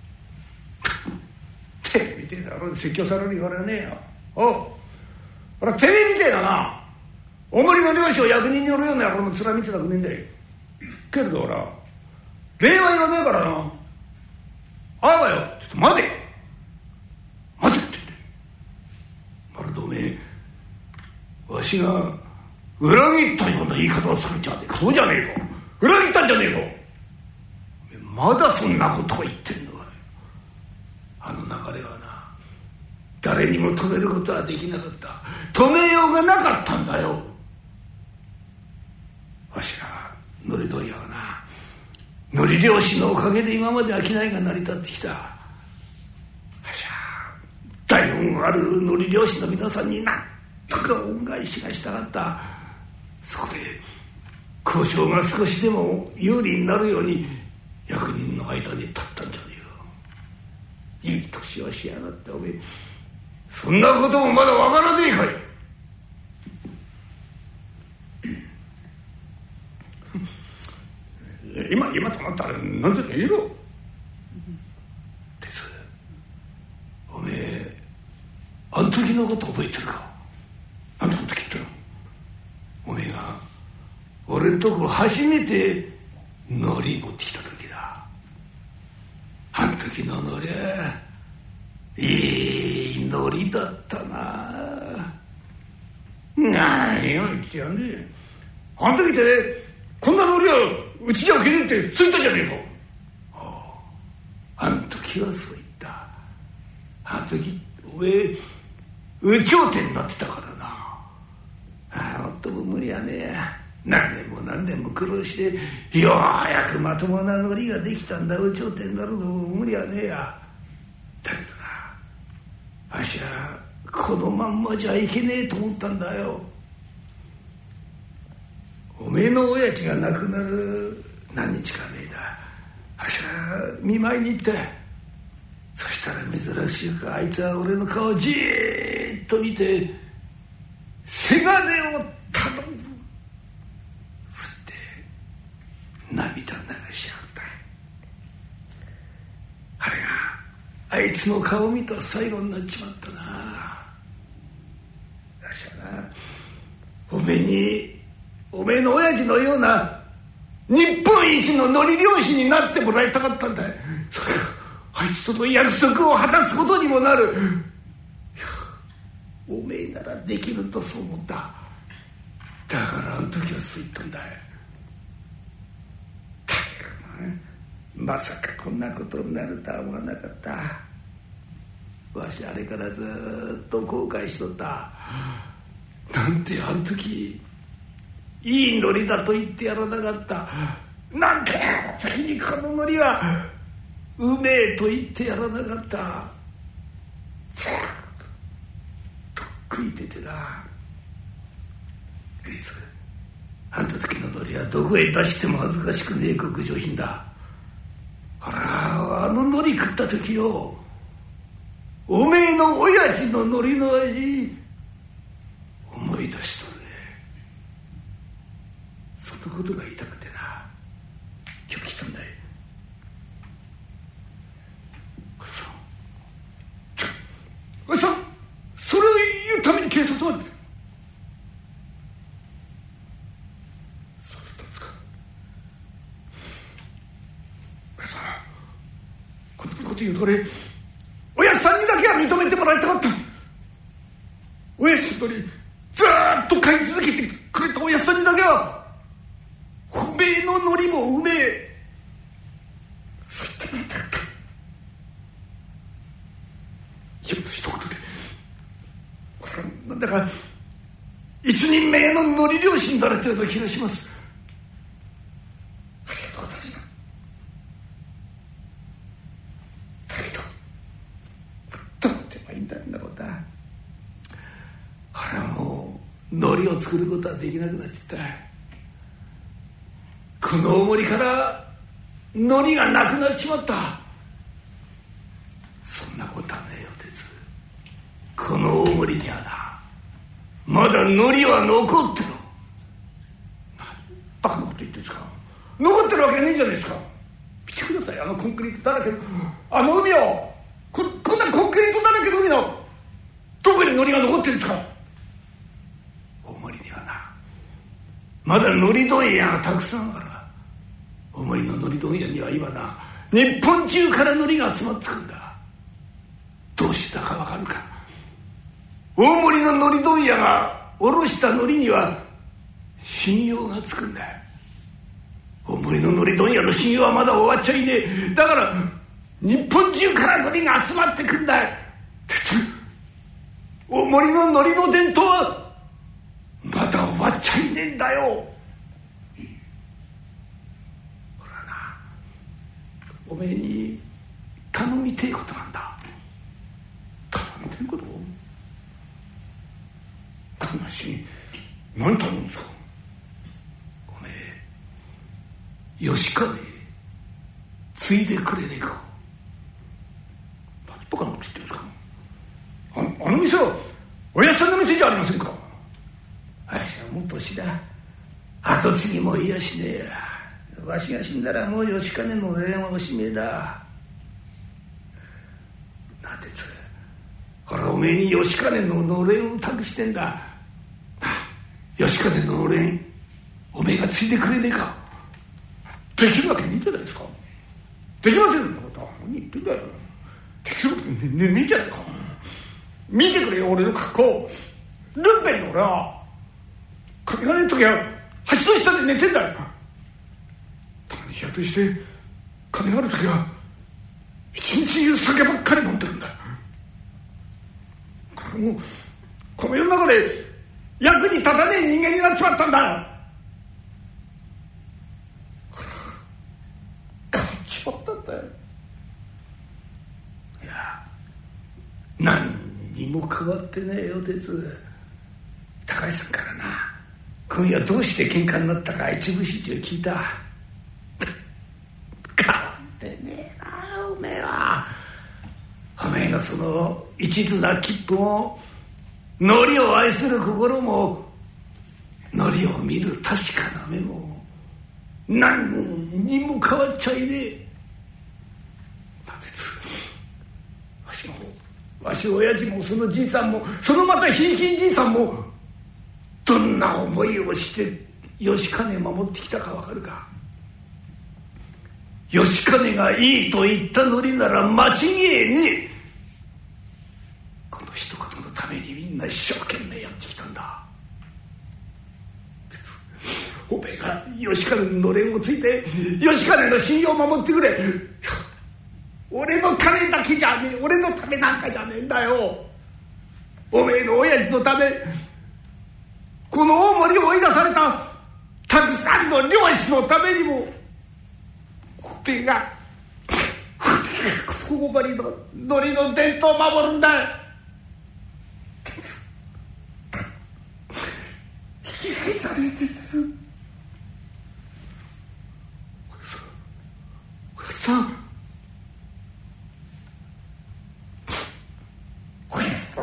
テレビみてえな野郎に説教される言われはねえよ。おう俺はテレビみてえだな、おもりの漁師を役人によるような野郎の面見てたくねえんだよ。けれど俺は礼は言わねえからな。ああばよちょっと待て待てって言ってまるでおめえわしが裏切ったような言い方をするんじゃねえか。そうじゃねえか、裏切ったんじゃねえか。まだそんなことを言ってんのか。あの流れはな、誰にも止めることはできなかった。止めようがなかったんだよ。わしら乗り問屋はな、乗り漁師のおかげで今まで商いが成り立ってきた。わしゃ大恩ある乗り漁師の皆さんになんとか恩返しがしたかった。そこで交渉が少しでも有利になるように役人の間に立ったんじゃねえよ。いい年をしやがっておめえ、そんなこともまだわからねえかい。今今となったらなんて言えろ。鉄おめえあの時のこと覚えてるか。なんであの時言ったの。おめえが俺んとこ初めて海苔持ってきた時だ。あの時の海苔はいい海苔だったな。何を言ってやんねえ。あの時ってこんな海苔はうちじゃ受けねえってついたじゃねえか。ああ、あの時はそう言った。あの時おめえ有頂天になってたからな。ああ、もっとも無理はねえや。何年も何年も苦労してようやくまともな海苔ができたんだ。有頂天になるのも無理はねえや。だけどな、わしはこのまんまじゃいけねえと思ったんだよ。おめえの親父が亡くなる何日か前だ。あしは見舞いに行った。そしたら珍しいかあいつは俺の顔をじーっと見てせがれを頼むそして涙流し合った。あれがあいつの顔を見た最後になっちまったな。あしはな、おめえにおめえの親父のような日本一の海苔漁師になってもらいたかったんだよ。それがあいつとの約束を果たすことにもなる。いや、おめえならできるとそう思った。だからあの時はそう言ったんだよ。だけどな、まさかこんなことになるとは思わなかった。わしあれからずっと後悔しとった。なんてあの時いい海苔だと言ってやらなかった。なんてあの時にこの海苔はうめえと言ってやらなかった。ずっと食いててな。いつあんた時の海苔はどこへ出しても恥ずかしくねえ極上品だ。ほらあの海苔食った時よ、おめえの親父の海苔の味思い出したね。そのことが言いたくてな今日来たんだよ。おじさんそれを言うために警察まで。そうだったんですか。おやさんこんなこと言うと俺おやさんにだけは認めてもらいたかった。おやしのにずーっと買い続けてくれたおやさんにだけは、うめえの海苔もうめえ海苔漁師になれたような気がします。ありがとうございました。だけどどうってばいいんだんなことは。ほらもう海苔を作ることはできなくなっちゃった。この大森から海苔がなくなっちまった。そんなことはねえよ鉄。この大森にはなまだ海苔は残ってる。何バカなこと言ってるんですか。残ってるわけねえじゃないですか。見てください、あのコンクリートだらけのあの海を、 こ, こんなコンクリートだらけの海のどこに海苔が残ってるんですか。大森にはなまだ海苔問屋がたくさんある。大森の海苔問屋には今な日本中から海苔が集まってくるんだ。どうしてだかわかるか。大森の海苔問屋がおろした海苔には信用がつくんだ。大森の海苔問屋の信用はまだ終わっちゃいねえ。だから日本中から海苔が集まってくんだ。鉄、大森の海苔の伝統はまだ終わっちゃいねえんだよ。ほらな、おめえに頼みてえことなんだ。頼みてえこと？話何頼むんですか。おめえ吉金継いでくれねえか。何バカなこと言ってるんですか。 あ, あの店はおやっさんの店じゃありませんか。あやしはもう年だ。後継ぎもいやしねえや。わしが死んだらもう吉金の霊はおしめえだ。なてつ、ほらおめえに吉金ののれんを託してんだ。吉金ののれんおめえが継いでくれねえか。できるわけねえじゃないですか。できませんってことは何言ってんだよ。できるわけねえねえじゃないか。見てくれよ俺の格好。ルンペンの俺は金がねえ時は橋の下で寝てんだよ。たまに日雇いして金がある時は一日中酒ばっかり飲んでるんだよ。もうこの世の中で役に立たねえ人間になっちまったんだよ。変わっちまったんだよ。いや何にも変わってねえよ鉄。高橋さんからな今夜どうして喧嘩になったか一部始終聞いた。変わってねえなおめえは。おめえのその一途な切符も海苔を愛する心も海苔を見る確かな目も何にも変わっちゃいねえ。わしもわし親父もそのじいさんもそのまたひいひいじいさんもどんな思いをして吉金守ってきたかわかるか。吉金がいいと言った海苔なら間違えねえ。この一言のためにみんな一生懸命やってきたんだ。おめえが吉金ののれんをついて吉金の信用を守ってくれ。俺のためだけじゃねえ。俺のためなんかじゃねえんだよ。おめえの親父のため、この大森を追い出されたたくさんの漁師のためにもおめえが大森の海苔の伝統を守るんだよ。引き上げちゃねえです。おやさんおやさん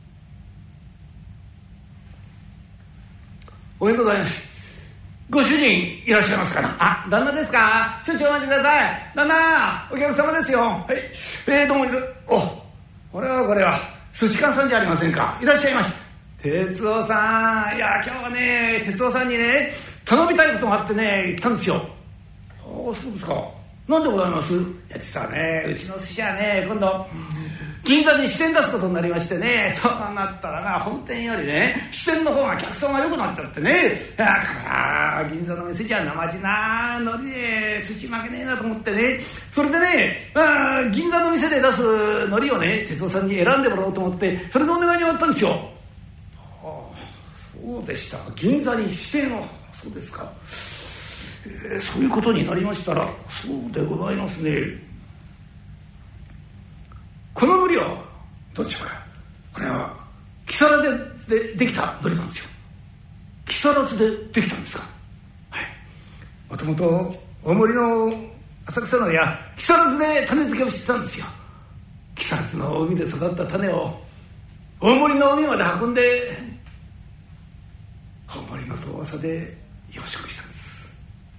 おめでとうございます。ご主人いらっしゃいますかな。あ、旦那ですか。少々お待ちください。旦那お客様ですよ。はい、えー、どうもいる。お、これはこれは寿司館さんじゃありませんか。いらっしゃいまし。哲夫さん、いや今日はね哲夫さんにね頼みたいことがあってね来たんですよ。ああ、そうですか。なんでございます。いや実はねうちの寿司はね今度銀座に支店出すことになりましてね、そうなったらな本店よりね支店の方が客層が良くなっちゃってね、だから銀座の店じゃ生地な海苔で寿司負けねえなと思ってね、それでねあ銀座の店で出す海苔をね哲夫さんに選んでもらおうと思ってそれのお願いにあったんですよ。ああ、そそうでした。銀座に支店を。そうですか、えー、そういうことになりましたら、そうでございますね。この海苔はどうでしょうか。これは木更津でできた海苔なんですよ。木更津でできたんですか。はい。もともと大森の浅草のや木更津で種付けをしてたんですよ。木更津の海で育った種を大森の海まで運んで、大森の遠浅で養殖したんです。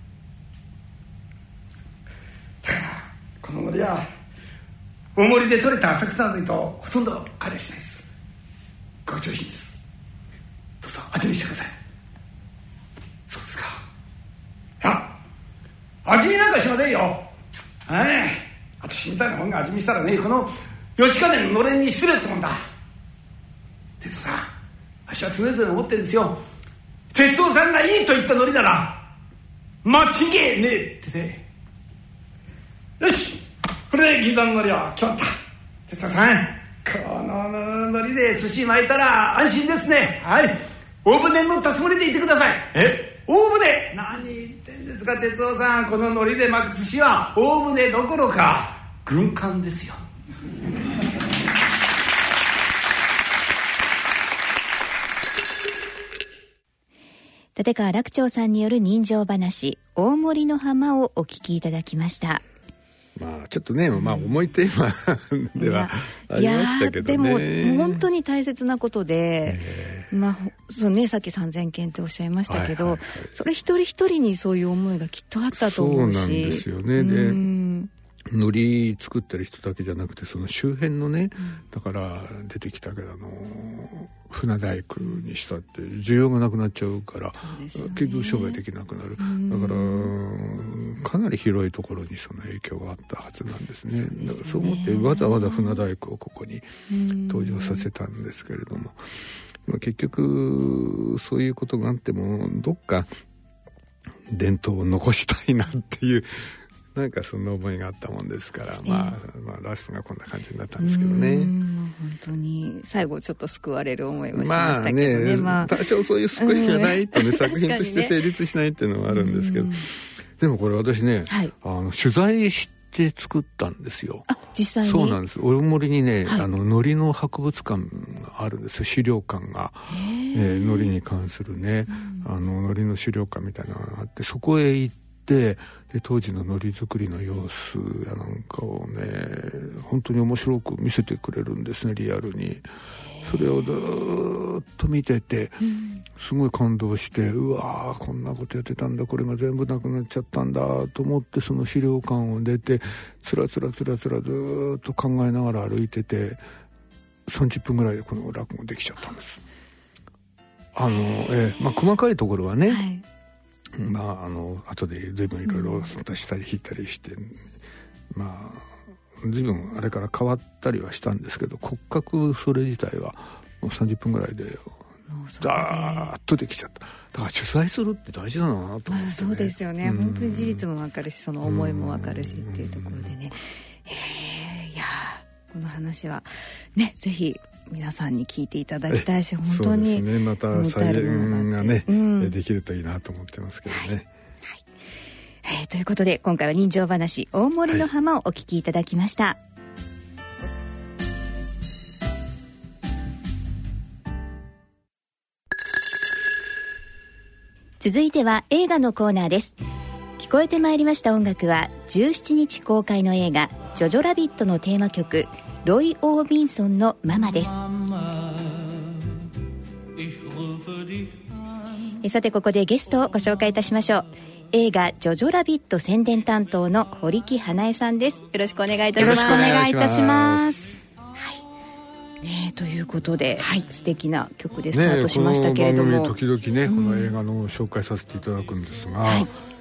だからこの海苔は大森で採れた浅草の海苔とほとんど変わりはしないです。ご上品です。どうぞ味見してください。そうですか。いや、味見なんかしませんよ。はい、私みたいなもんが味見したらね、この吉金ののれんに失礼ってもんだ。哲夫さん、私は常々思ってるんですよ。哲夫さんがいいと言った海苔なら間違いねえってね。よし、これで銀座の海苔は決まった。哲夫さん、この海苔で寿司巻いたら安心ですね。はい、大船に乗ったつもりでいてください。え、大船、何言ってんですか哲夫さん。この海苔で巻く寿司は大船どころか軍艦ですよ。 立川楽長さんによる人情話、大森の浜をお聞きいただきました。 まあちょっとね、まあ重いテーマではありましたけどね。 いやでも本当に大切なことで、まあそうね、さっきさんぜんけんっておっしゃいましたけど、はいはいはい、それ一人一人にそういう思いがきっとあったと思うし。 そうなんですよね。で、海苔作ってる人だけじゃなくて、その周辺のね、うん、だから出てきたけど、あの船大工にしたって需要がなくなっちゃうから、ね、結局商売できなくなる。だからかなり広いところにその影響があったはずなんですね。だからそう思ってわざわざ船大工をここに登場させたんですけれども、結局そういうことがあってもどっか伝統を残したいなっていうなんかそんな思いがあったもんですから、まあ、まあラストがこんな感じになったんですけどね。 本当に最後ちょっと救われる思いもしましたけどね。まあね、 まあ、多少そういう救いがないとね、うん、作品として成立しないっていうのはあるんですけど、でもこれ私ね、はい、あの取材して作ったんですよ。 あ、実際に。 そうなんです。大森にね、はい、あの海苔の博物館があるんですよ。資料館が、えー、海苔に関するね、うん、あの海苔の資料館みたいなのがあって、そこへ行ってで当時の海苔作りの様子やなんかをね本当に面白く見せてくれるんですね、リアルに。それをずっと見ててすごい感動して、うわーこんなことやってたんだ、これが全部なくなっちゃったんだと思って、その資料館を出てつらつらつらつらずっと考えながら歩いてて、さんじゅっぷんぐらいでこの落語できちゃったんです。あの、えーまあ、細かいところはね、はい、まあ、あの後で随分いろいろ足したり引いたりして、うん、まあ随分あれから変わったりはしたんですけど、骨格それ自体はもうさんじゅっぷんぐらいでダーッとできちゃった。だから主催するって大事だなと思って、ね、 まあ、そうですよね、うん、本当に事実も分かるし、その思いも分かるしっていうところでね、へえ、いやこの話はねぜひ皆さんに聞いていただきたいし、本当にそうですね、また再演がね、うん、できるといいなと思ってますけどね、はいはい、 えー、ということで今回は人情話大森の浜をお聞きいただきました、はい。続いては映画のコーナーです。聞こえてまいりました音楽はじゅうしちにち公開の映画ジョジョラビットのテーマ曲ロイ・オービンソンのママです。えさてここでゲストをご紹介いたしましょう。映画ジョジョラビット宣伝担当の堀木花江さんです。よろしくお願いいたします。 よろしくお願いいたします。 はいね、ということで、はい、素敵な曲でスタートしましたけれども、 ね、この番組時々ね、うん、この映画の紹介させていただくんですが、はい、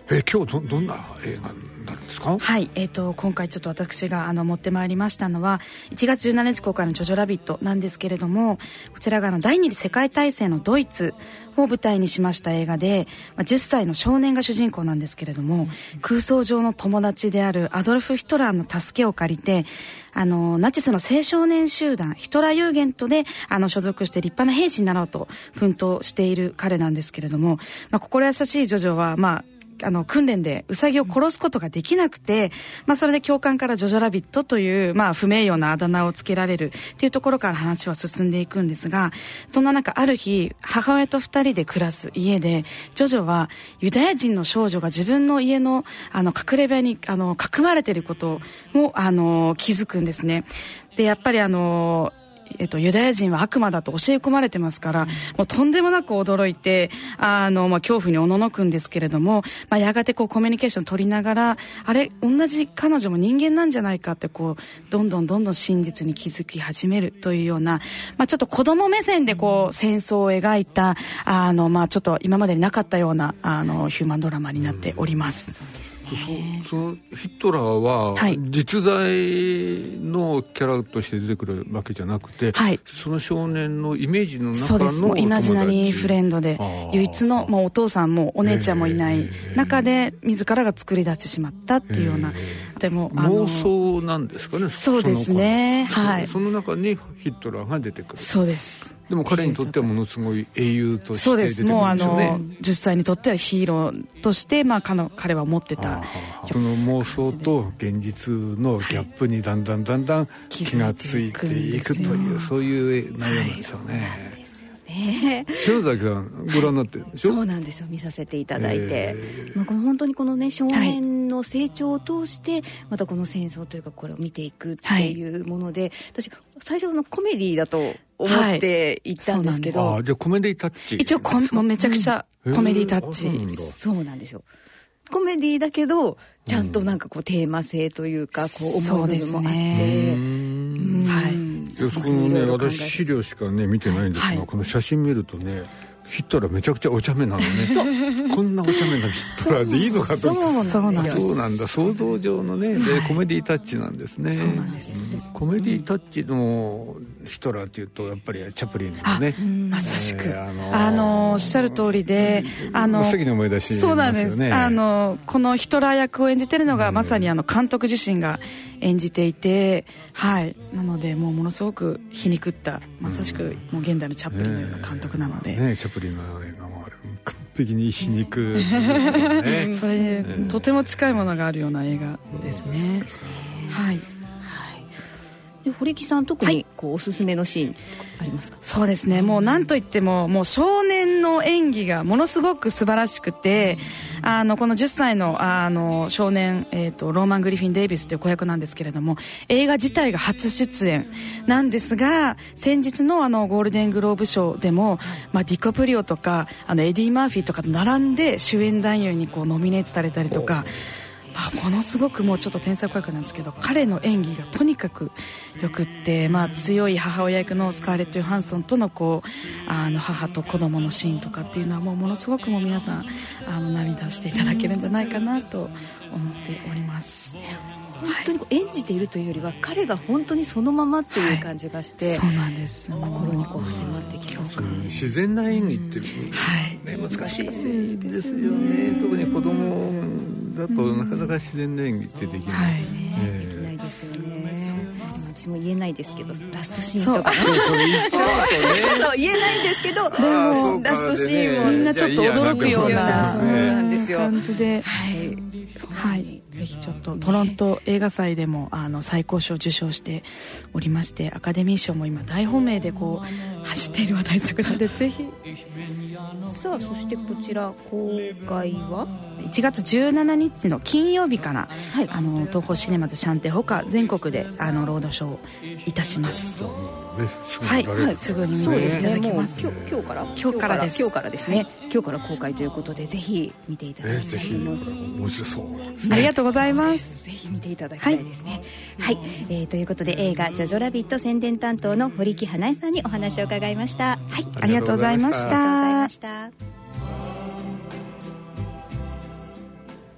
え今日 ど, どんな映画なんですか？ はい、えー、と今回ちょっと私があの持ってまいりましたのはいちがつじゅうしちにち公開のジョジョラビットなんですけれども、こちらがあの第二次世界大戦のドイツを舞台にしました映画で、まあ、じゅっさいの少年が主人公なんですけれども、空想上の友達であるアドルフ・ヒトラーの助けを借りて、あのナチスの青少年集団ヒトラーユーゲントであの所属して立派な兵士になろうと奮闘している彼なんですけれども、まあ、心優しいジョジョはまああの訓練でウサギを殺すことができなくて、まあ、それで教官からジョジョラビットという、まあ、不名誉なあだ名をつけられるっていうところから話は進んでいくんですが、そんな中ある日母親と二人で暮らす家でジョジョはユダヤ人の少女が自分の家のあの隠れ部屋にあの囲まれていることをあの気づくんですね。でやっぱりあのえっと、ユダヤ人は悪魔だと教え込まれてますから、もうとんでもなく驚いてあの、まあ、恐怖におののくんですけれども、まあ、やがてこうコミュニケーション取りながら、あれ同じ彼女も人間なんじゃないかってこうどんどんどんどん真実に気づき始めるというような、まあ、ちょっと子供目線でこう戦争を描いたあの、まあ、ちょっと今までになかったようなあのヒューマンドラマになっております。 そ, そのヒトラーは実在のキャラとして出てくるわけじゃなくて、はい、その少年のイメージの中のそうです、もうイマジナリーフレンドで唯一のもうお父さんもお姉ちゃんもいない中で自らが作り出してしまったっていうような、でもあの妄想なんですかね。 そうですね、はい、 その中にヒトラーが出てくる。 そうです。 でも彼にとってはものすごい英雄としてそうです。 出てくるんでしょうね。もうあのじゅっさいにとってはヒーローとして、まあ、彼, 彼は持ってたその妄想と現実のギャップにだんだんだんだん気がついていくという、そういう内容なんでしょうね。はいね、 篠崎さんご覧になってるんでしょ？ そうなんですよ、見させていただいて、まあ、この本当にこのね少年の成長を通してまたこの戦争というかこれを見ていくっていうもので、はい、私最初のコメディだと思って行ったんですけど、 はい、あじゃあコメディタッチ一応こもうめちゃくちゃコメディタッチ、 うん、そうなんですよ。コメディだけどちゃんとなんかこうテーマ性というかこう思う部分もあって、 うんはい、 そこのね私資料しかね見てないんですが、はい、この写真見るとねヒトラーめちゃくちゃお茶目なのねこんなお茶目なヒトラーでいいのかと。 そうなんです。 そうなんだ、想像上のね、でコメディタッチなんですね。そうなんです、うん、コメディタッチのヒトラーっていうとやっぱりチャプリンのね、 まさしく、えー、あのー、あのー、おっしゃる通りで、あのー、 真っ先に思い出しますよね。 そうなんです。あのー、このヒトラー役を演じてるのがまさにあの監督自身が演じていて、はい、なのでもうものすごく皮肉ったまさしくもう現代のチャップリンのような監督なので、 ねね、チャップリンの映画もあれ完璧に皮肉ですよねそれ、ね、とても近いものがあるような映画ですね。はい。 で堀木さん特にこうおすすめのシーンありますか？ そうですね、もう何といってももう少年の演技がものすごく素晴らしくて、あのこのじゅっさいのあの少年、えーと、ローマン・グリフィン・デイビスという子役なんですけれども、映画自体が初出演なんですが、先日のあのゴールデングローブ賞でも、まあ、ディカプリオとかあのエディ・マーフィーとかと並んで主演男優にこうノミネートされたりとか、まあ、ものすごくもうちょっと天才子役なんですけど、彼の演技がとにかくよくって、まあ、強い母親役のスカーレット・ヨハンソンとのこうあの母と子供のシーンとかっていうのはもうものすごくもう皆さんあの涙していただけるんじゃないかなと思っております。 本当に演じているというよりは彼が本当にそのままっていう感じがして、 はい、そうなんです。 心にこう迫ってきます、ね、 自然な演技って、はいね、難しいですよね。特に子供だとなかなか自然な演技ってできない、はいえー、できないですよね。私も言えないですけどラストシーンとかそうそう言っちゃうとねそう言えないんですけど、でもラストシーンもみんなちょっと驚くようなそうなんですよ感じで、はい、はい、ぜひちょっとトロント映画祭でもあの最高賞を受賞しておりまして、アカデミー賞も今大本命でこう走っている話題作なのでぜひ。 さあそしてこちら公開はいちがつじゅうしちにちの金曜日から、はい、あの東宝シネマズシャンテほか全国であのロードショーいたします。はい、はい、すぐに見ていただきます。 今日、今日から今日からです。 今日からですね、はい、今日から公開ということでぜひ見ていただきたいと思います。 えー、ぜひ面白そうですね。 ありがとうございます。 ぜひ見ていただきたいですね。はい、はい、えー、ということで映画ジョジョラビット宣伝担当の堀木花江さんにお話を伺いました。 はい、ありがとうございました。 ありがとうございました。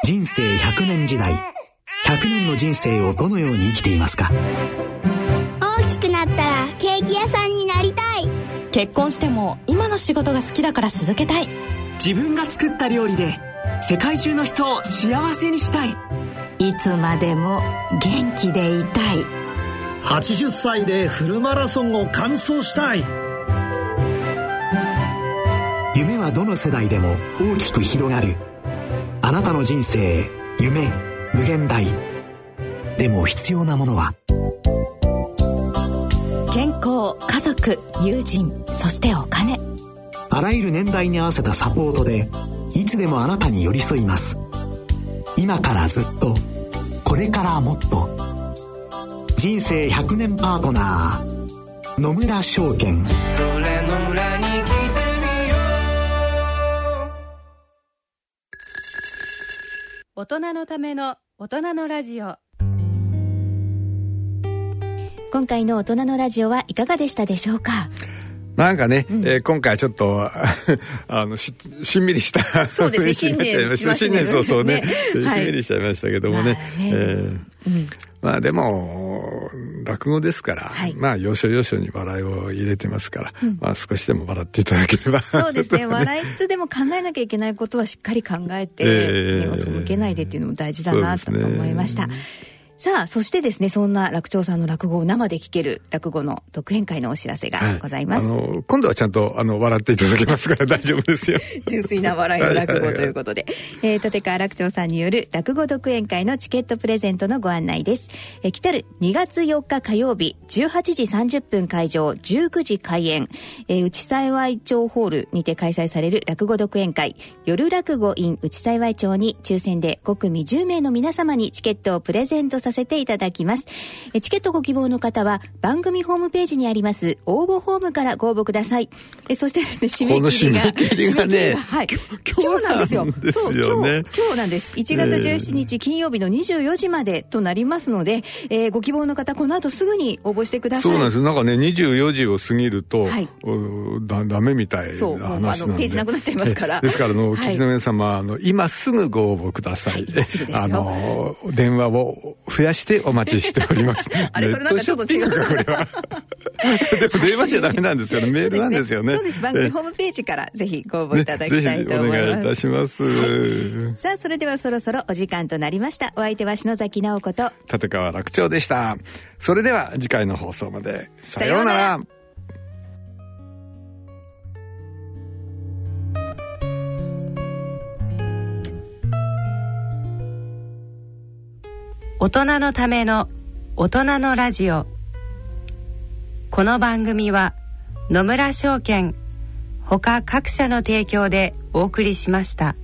人生ひゃくねん時代、ひゃくねんの人生をどのように生きていますか？ 大きくなったらケーキ屋さんになりたい。 結婚しても今の仕事が好きだから続けたい。 自分が作った料理で世界中の人を幸せにしたい。 いつまでも元気でいたい。 はちじゅっさいでフルマラソンを完走したい。 夢はどの世代でも大きく広がる。あなたの人生、夢、無限大。でも必要なものは健康、家族、友人、そしてお金。 あらゆる年代に合わせたサポートでいつでもあなたに寄り添います。今からずっと、これからもっと。人生ひゃくねんパートナー、野村証券。それ野村に来てみよう。大人のための大人のラジオ。 今回の大人のラジオはいかがでしたでしょうか？ なんかね、うん、えー、今回ちょっとあの し, しんみりしたそうですね、新年新年早々ね、はい、しんみりしちゃいましたけどもね、まあね、えーうん、まあでも落語ですから、はい、まあ要所要所に笑いを入れてますから、うん、まあ少しでも笑っていただければそうですね、笑いつつでも考えなきゃいけないことはしっかり考えて、えー、目を背けないでっていうのも大事だなと思いました。さあ、そしてですね、そんな楽長さんの落語を生で聞ける落語の独演会のお知らせがございます、 はい、あの今度はちゃんとあの笑っていただけますから大丈夫ですよ純粋な笑いの落語ということで、えー、立川楽長さんによる落語独演会のチケットプレゼントのご案内です。えー、来たるにがつよっか火曜日じゅうはちじさんじゅっぷん会場、じゅうくじ開演、えー、内幸町ホールにて開催される落語独演会夜落語 in 内幸町に抽選でごくみじゅうめいの皆様にチケットをプレゼントさせていただきます。チケットご希望の方は番組ホームページにあります応募フォームからご応募ください。えそしてですね、締め切りがこの締め切りがね、 はい、今日なんですよ。そう今日、今日なんです。いちがつじゅうしちにち金曜日のにじゅうよじまでとなりますので、えー、ご希望の方この後すぐに応募してください。 そうなんです。なんかねにじゅうよじを過ぎると、はい、だダメみたいな話なんで、 そうもうあのページなくなっちゃいますからですからあのお聞きの皆様、はい、あの今すぐご応募ください、はい、すぐですよ。あの電話を増やしてお待ちしておりますあれそれなんかちょっと違うかこれはでも電話じゃダメなんですよね、メールなんですよね。 そうです、番組ホームページからぜひご応募いただきたいと思います、 ね、ぜひお願いいたします、 はい、さあそれではそろそろお時間となりました。お相手は篠崎直子と立川楽長でした。それでは次回の放送までさようなら。 大人のための大人のラジオ。この番組は野村証券ほか各社の提供でお送りしました。